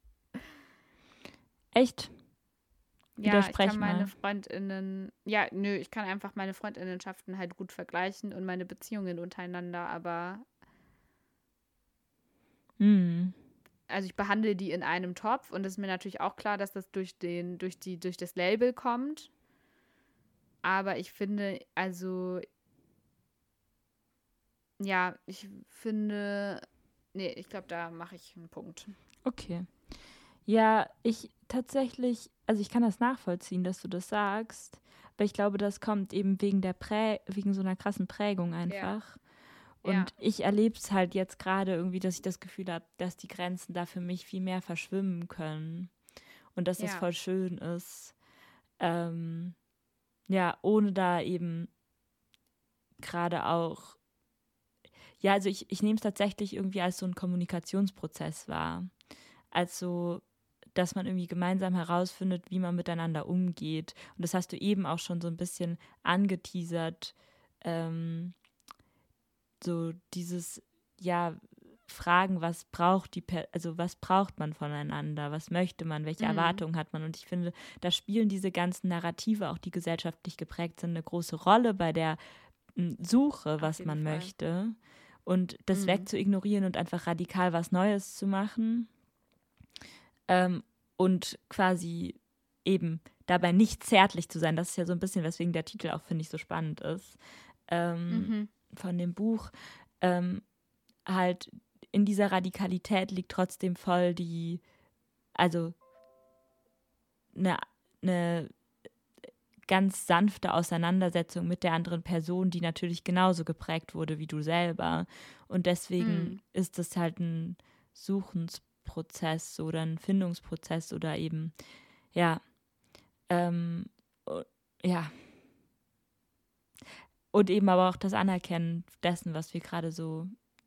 [SPEAKER 2] Echt?
[SPEAKER 3] Ja, ich kann meine Freundinnen, ich kann einfach meine Freundinnenschaften halt gut vergleichen und meine Beziehungen untereinander, aber also ich behandle die in einem Topf und es ist mir natürlich auch klar, dass das durch das Label kommt. Aber ich finde, ich glaube, da mache ich einen Punkt.
[SPEAKER 2] Okay. Ja, ich kann das nachvollziehen, dass du das sagst, aber ich glaube, das kommt eben wegen so einer krassen Prägung einfach. Ja. Und ich erlebe es halt jetzt gerade irgendwie, dass ich das Gefühl habe, dass die Grenzen da für mich viel mehr verschwimmen können und dass das voll schön ist. Ohne da eben gerade auch, also ich nehme es tatsächlich irgendwie als so einen Kommunikationsprozess wahr. Also dass man irgendwie gemeinsam herausfindet, wie man miteinander umgeht. Und das hast du eben auch schon so ein bisschen angeteasert, so dieses, Fragen, was braucht man voneinander, was möchte man, welche Erwartungen hat man. Und ich finde, da spielen diese ganzen Narrative, auch die gesellschaftlich geprägt sind, eine große Rolle bei der Suche, was man möchte. Und das wegzuignorieren und einfach radikal was Neues zu machen. Und quasi eben dabei nicht zärtlich zu sein. Das ist ja so ein bisschen, weswegen der Titel auch, finde ich, so spannend ist. Von dem Buch. Halt in dieser Radikalität liegt trotzdem voll eine ganz sanfte Auseinandersetzung mit der anderen Person, die natürlich genauso geprägt wurde wie du selber. Und deswegen ist es halt ein Suchensprozess oder ein Findungsprozess oder eben, ja, ja. Und eben aber auch das Anerkennen dessen, was wir gerade so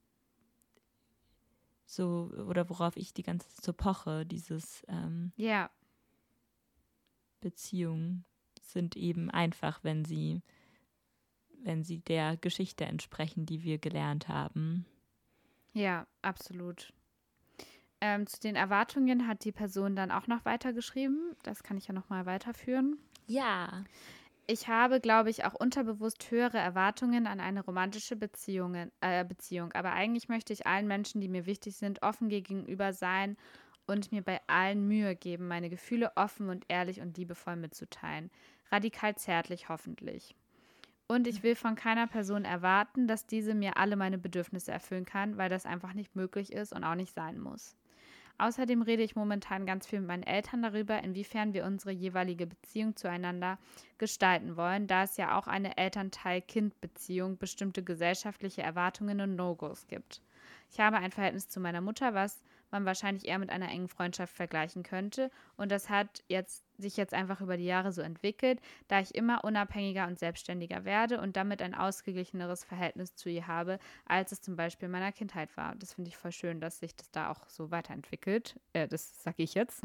[SPEAKER 2] oder worauf ich die ganze Zeit so poche, dieses
[SPEAKER 3] Ja,
[SPEAKER 2] Beziehungen sind eben einfach, wenn sie der Geschichte entsprechen, die wir gelernt haben.
[SPEAKER 3] ja, absolut. Zu den Erwartungen hat die Person dann auch noch weitergeschrieben. Das kann ich ja nochmal weiterführen.
[SPEAKER 2] Ja.
[SPEAKER 3] Ich habe, glaube ich, auch unterbewusst höhere Erwartungen an eine romantische Beziehung. Aber eigentlich möchte ich allen Menschen, die mir wichtig sind, offen gegenüber sein und mir bei allen Mühe geben, meine Gefühle offen und ehrlich und liebevoll mitzuteilen. Radikal zärtlich hoffentlich. Und ich will von keiner Person erwarten, dass diese mir alle meine Bedürfnisse erfüllen kann, weil das einfach nicht möglich ist und auch nicht sein muss. Außerdem rede ich momentan ganz viel mit meinen Eltern darüber, inwiefern wir unsere jeweilige Beziehung zueinander gestalten wollen, da es ja auch eine Elternteil-Kind-Beziehung bestimmte gesellschaftliche Erwartungen und No-Gos gibt. Ich habe ein Verhältnis zu meiner Mutter, was man wahrscheinlich eher mit einer engen Freundschaft vergleichen könnte. Und das hat sich jetzt einfach über die Jahre so entwickelt, da ich immer unabhängiger und selbstständiger werde und damit ein ausgeglicheneres Verhältnis zu ihr habe, als es zum Beispiel in meiner Kindheit war. Das finde ich voll schön, dass sich das da auch so weiterentwickelt. Das sage ich jetzt.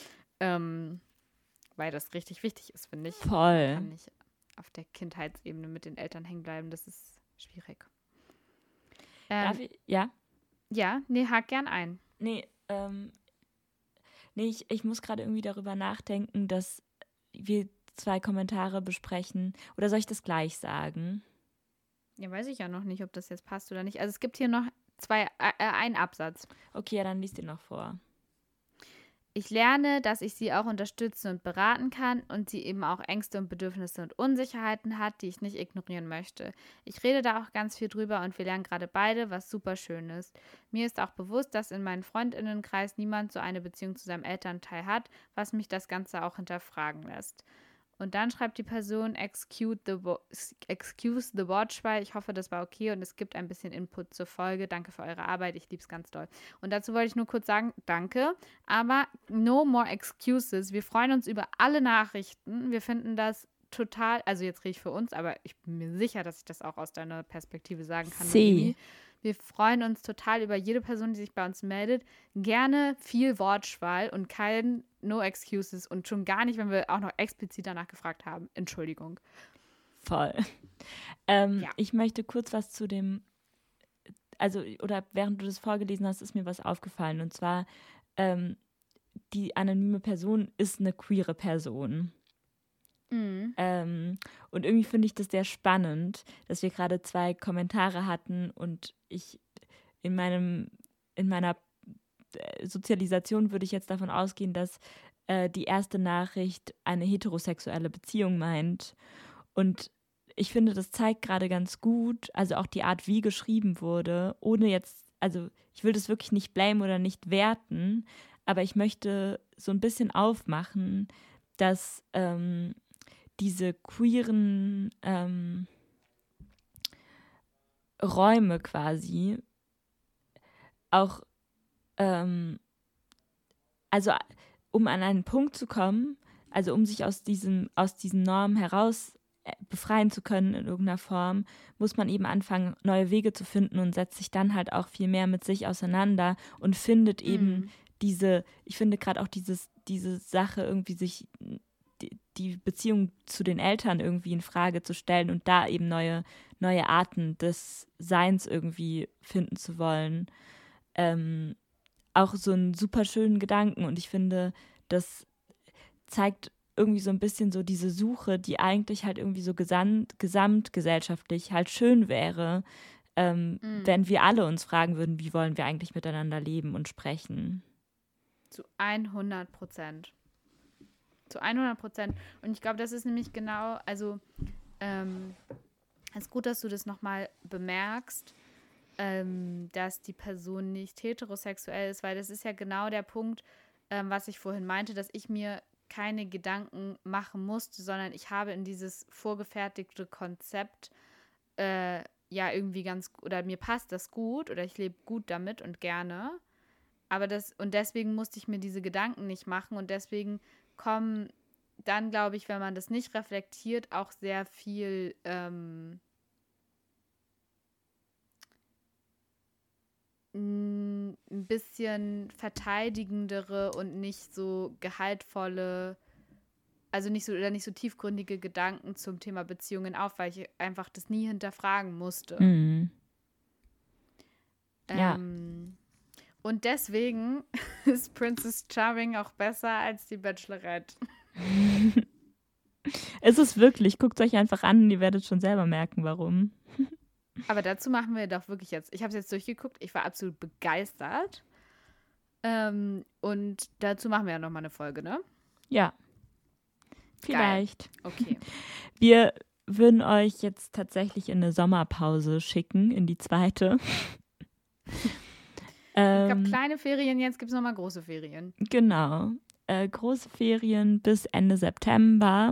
[SPEAKER 3] Weil das richtig wichtig ist, finde ich.
[SPEAKER 2] Voll.
[SPEAKER 3] Man kann nicht auf der Kindheitsebene mit den Eltern hängen bleiben. Das ist schwierig.
[SPEAKER 2] Darf ich? Ja?
[SPEAKER 3] Ja, nee, hak gern ein.
[SPEAKER 2] Nee, ich muss gerade irgendwie darüber nachdenken, dass wir 2 Kommentare besprechen. Oder soll ich das gleich sagen?
[SPEAKER 3] Ja, weiß ich ja noch nicht, ob das jetzt passt oder nicht. Also es gibt hier noch einen Absatz.
[SPEAKER 2] Okay, ja, dann lies den noch vor.
[SPEAKER 3] Ich lerne, dass ich sie auch unterstützen und beraten kann und sie eben auch Ängste und Bedürfnisse und Unsicherheiten hat, die ich nicht ignorieren möchte. Ich rede da auch ganz viel drüber und wir lernen gerade beide, was super schön ist. Mir ist auch bewusst, dass in meinem Freundinnenkreis niemand so eine Beziehung zu seinem Elternteil hat, was mich das Ganze auch hinterfragen lässt. Und dann schreibt die Person, excuse the Wortschwall. Ich hoffe, das war okay und es gibt ein bisschen Input zur Folge. Danke für eure Arbeit, ich liebe es ganz doll. Und dazu wollte ich nur kurz sagen, danke, aber no more excuses. Wir freuen uns über alle Nachrichten. Wir finden das total, also jetzt rede ich für uns, aber ich bin mir sicher, dass ich das auch aus deiner Perspektive sagen kann. Noemi. Wir freuen uns total über jede Person, die sich bei uns meldet. Gerne viel Wortschwall und kein No Excuses und schon gar nicht, wenn wir auch noch explizit danach gefragt haben. Entschuldigung.
[SPEAKER 2] Voll.
[SPEAKER 3] Ja.
[SPEAKER 2] Ich möchte kurz was zu dem, also, oder während du das vorgelesen hast, ist mir was aufgefallen. Und zwar, die anonyme Person ist eine queere Person.
[SPEAKER 3] Mhm.
[SPEAKER 2] Und irgendwie finde ich das sehr spannend, dass wir gerade 2 Kommentare hatten und ich in meiner Sozialisation würde ich jetzt davon ausgehen, dass die erste Nachricht eine heterosexuelle Beziehung meint. Und ich finde, das zeigt gerade ganz gut, also auch die Art, wie geschrieben wurde, ohne jetzt, also ich will das wirklich nicht blamen oder nicht werten, aber ich möchte so ein bisschen aufmachen, dass diese queeren Räume quasi auch, also um an einen Punkt zu kommen, also um sich aus diesen Normen heraus befreien zu können in irgendeiner Form, muss man eben anfangen, neue Wege zu finden und setzt sich dann halt auch viel mehr mit sich auseinander und findet eben ich finde gerade auch diese Sache irgendwie sich die Beziehung zu den Eltern irgendwie in Frage zu stellen und da eben neue Arten des Seins irgendwie finden zu wollen. Auch so einen super schönen Gedanken und ich finde, das zeigt irgendwie so ein bisschen so diese Suche, die eigentlich halt irgendwie so gesamtgesellschaftlich halt schön wäre, wenn wir alle uns fragen würden, wie wollen wir eigentlich miteinander leben und sprechen.
[SPEAKER 3] Zu 100%. Zu 100%. Und ich glaube, das ist nämlich genau, also es ist gut, dass du das nochmal bemerkst, dass die Person nicht heterosexuell ist, weil das ist ja genau der Punkt, was ich vorhin meinte, dass ich mir keine Gedanken machen musste, sondern ich habe in dieses vorgefertigte Konzept ja irgendwie oder mir passt das gut oder ich lebe gut damit und gerne. Aber deswegen musste ich mir diese Gedanken nicht machen und deswegen kommen dann, glaube ich, wenn man das nicht reflektiert, auch sehr viel ein bisschen verteidigendere und nicht so gehaltvolle, also nicht so tiefgründige Gedanken zum Thema Beziehungen auf, weil ich einfach das nie hinterfragen musste.
[SPEAKER 2] Mhm. Ja.
[SPEAKER 3] Und deswegen ist Princess Charming auch besser als die Bachelorette.
[SPEAKER 2] Es ist wirklich, guckt euch einfach an, ihr werdet schon selber merken, warum.
[SPEAKER 3] Aber dazu machen wir doch wirklich jetzt, ich habe es jetzt durchgeguckt, ich war absolut begeistert. Und dazu machen wir ja nochmal eine Folge, ne?
[SPEAKER 2] Ja. Vielleicht.
[SPEAKER 3] Geil. Okay.
[SPEAKER 2] Wir würden euch jetzt tatsächlich in eine Sommerpause schicken, in die zweite.
[SPEAKER 3] Es gab kleine Ferien, jetzt gibt es nochmal große Ferien.
[SPEAKER 2] Genau. Große Ferien bis Ende September.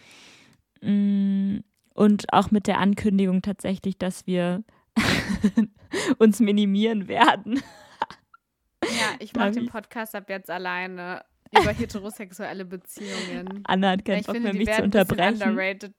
[SPEAKER 2] Und auch mit der Ankündigung tatsächlich, dass wir uns minimieren werden.
[SPEAKER 3] Ja, ich mache den Podcast ab jetzt alleine über heterosexuelle Beziehungen.
[SPEAKER 2] Anna hat keinen Bock mehr, mich zu unterbrechen.
[SPEAKER 3] Underrated.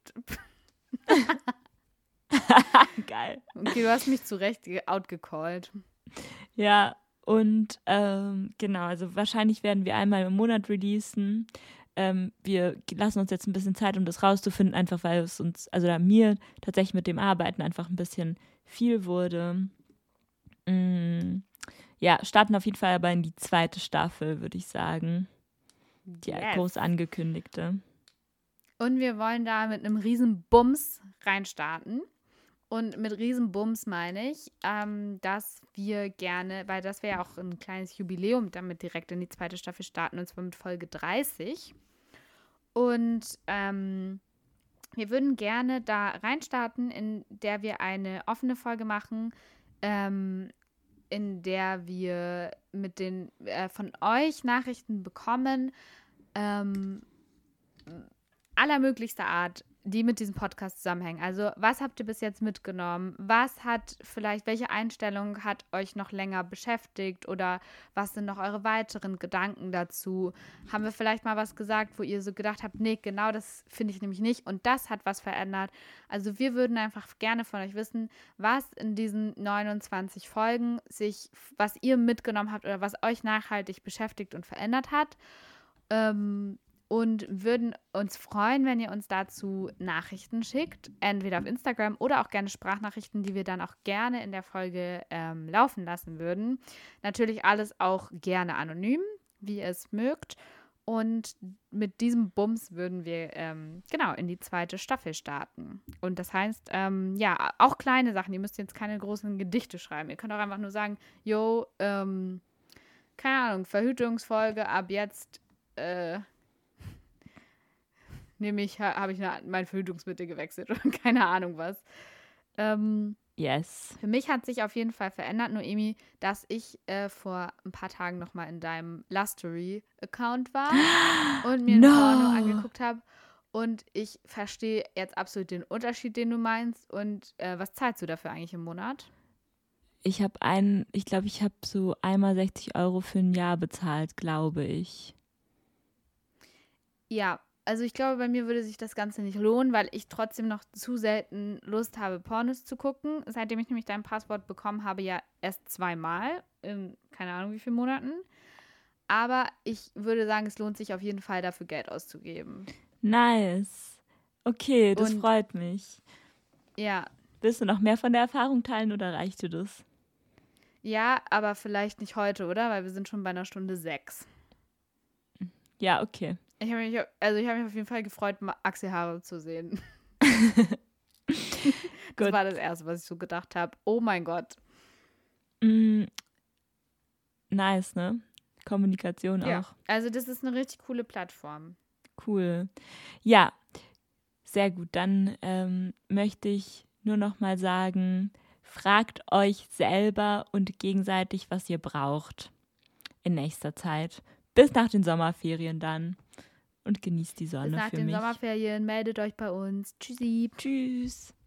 [SPEAKER 2] Geil.
[SPEAKER 3] Okay, du hast mich zu Recht outgecallt.
[SPEAKER 2] Ja, und genau, also wahrscheinlich werden wir einmal im Monat releasen. Wir lassen uns jetzt ein bisschen Zeit, um das rauszufinden, einfach weil es uns, also da mir tatsächlich mit dem Arbeiten einfach ein bisschen viel wurde. Ja, starten auf jeden Fall aber in die zweite Staffel, würde ich sagen. Die groß angekündigte. Und
[SPEAKER 3] wir wollen da mit einem riesen Bums reinstarten. Und mit Riesenbums meine ich, dass wir gerne, weil das wäre ja auch ein kleines Jubiläum, damit direkt in die zweite Staffel starten, und zwar mit Folge 30. Und wir würden gerne da reinstarten, in der wir eine offene Folge machen, in der wir mit den von euch Nachrichten bekommen, allermöglichster Art, die mit diesem Podcast zusammenhängen. Also, was habt ihr bis jetzt mitgenommen? Welche Einstellung hat euch noch länger beschäftigt? Oder was sind noch eure weiteren Gedanken dazu? Haben wir vielleicht mal was gesagt, wo ihr so gedacht habt, nee, genau das finde ich nämlich nicht und das hat was verändert. Also, wir würden einfach gerne von euch wissen, was in diesen 29 Folgen was ihr mitgenommen habt oder was euch nachhaltig beschäftigt und verändert hat. Und würden uns freuen, wenn ihr uns dazu Nachrichten schickt, entweder auf Instagram oder auch gerne Sprachnachrichten, die wir dann auch gerne in der Folge laufen lassen würden. Natürlich alles auch gerne anonym, wie ihr es mögt. Und mit diesem Bums würden wir in die zweite Staffel starten. Und das heißt, ja, auch kleine Sachen. Ihr müsst jetzt keine großen Gedichte schreiben. Ihr könnt auch einfach nur sagen, keine Ahnung, Verhütungsfolge ab jetzt habe ich mein Verhütungsmittel gewechselt oder keine Ahnung was.
[SPEAKER 2] Yes.
[SPEAKER 3] Für mich hat sich auf jeden Fall verändert, Noemi, dass ich vor ein paar Tagen nochmal in deinem Lustery-Account war und mir ein Porno angeguckt habe. Und ich verstehe jetzt absolut den Unterschied, den du meinst. Und was zahlst du dafür eigentlich im Monat?
[SPEAKER 2] Ich glaube, ich habe so einmal 60 € für ein Jahr bezahlt, glaube ich.
[SPEAKER 3] Ja, also ich glaube, bei mir würde sich das Ganze nicht lohnen, weil ich trotzdem noch zu selten Lust habe, Pornos zu gucken. Seitdem ich nämlich dein Passwort bekommen habe, ja erst 2-mal in keine Ahnung wie vielen Monaten. Aber ich würde sagen, es lohnt sich auf jeden Fall, dafür Geld auszugeben.
[SPEAKER 2] Nice. Okay, das freut mich.
[SPEAKER 3] Ja.
[SPEAKER 2] Willst du noch mehr von der Erfahrung teilen oder reicht dir das?
[SPEAKER 3] Ja, aber vielleicht nicht heute, oder? Weil wir sind schon bei einer Stunde 6.
[SPEAKER 2] Ja, okay.
[SPEAKER 3] Ich habe mich auf jeden Fall gefreut, Achselhaare zu sehen. Das war das Erste, was ich so gedacht habe. Oh mein Gott.
[SPEAKER 2] Nice, ne? Kommunikation
[SPEAKER 3] ja.
[SPEAKER 2] auch.
[SPEAKER 3] Also das ist eine richtig coole Plattform.
[SPEAKER 2] Cool. Ja, sehr gut. Dann möchte ich nur noch mal sagen, fragt euch selber und gegenseitig, was ihr braucht in nächster Zeit. Bis nach den Sommerferien dann. und genießt die Sonne
[SPEAKER 3] Bis nach
[SPEAKER 2] für
[SPEAKER 3] den
[SPEAKER 2] mich.
[SPEAKER 3] Sommerferien. Meldet euch bei uns. Tschüssi.
[SPEAKER 2] Tschüss.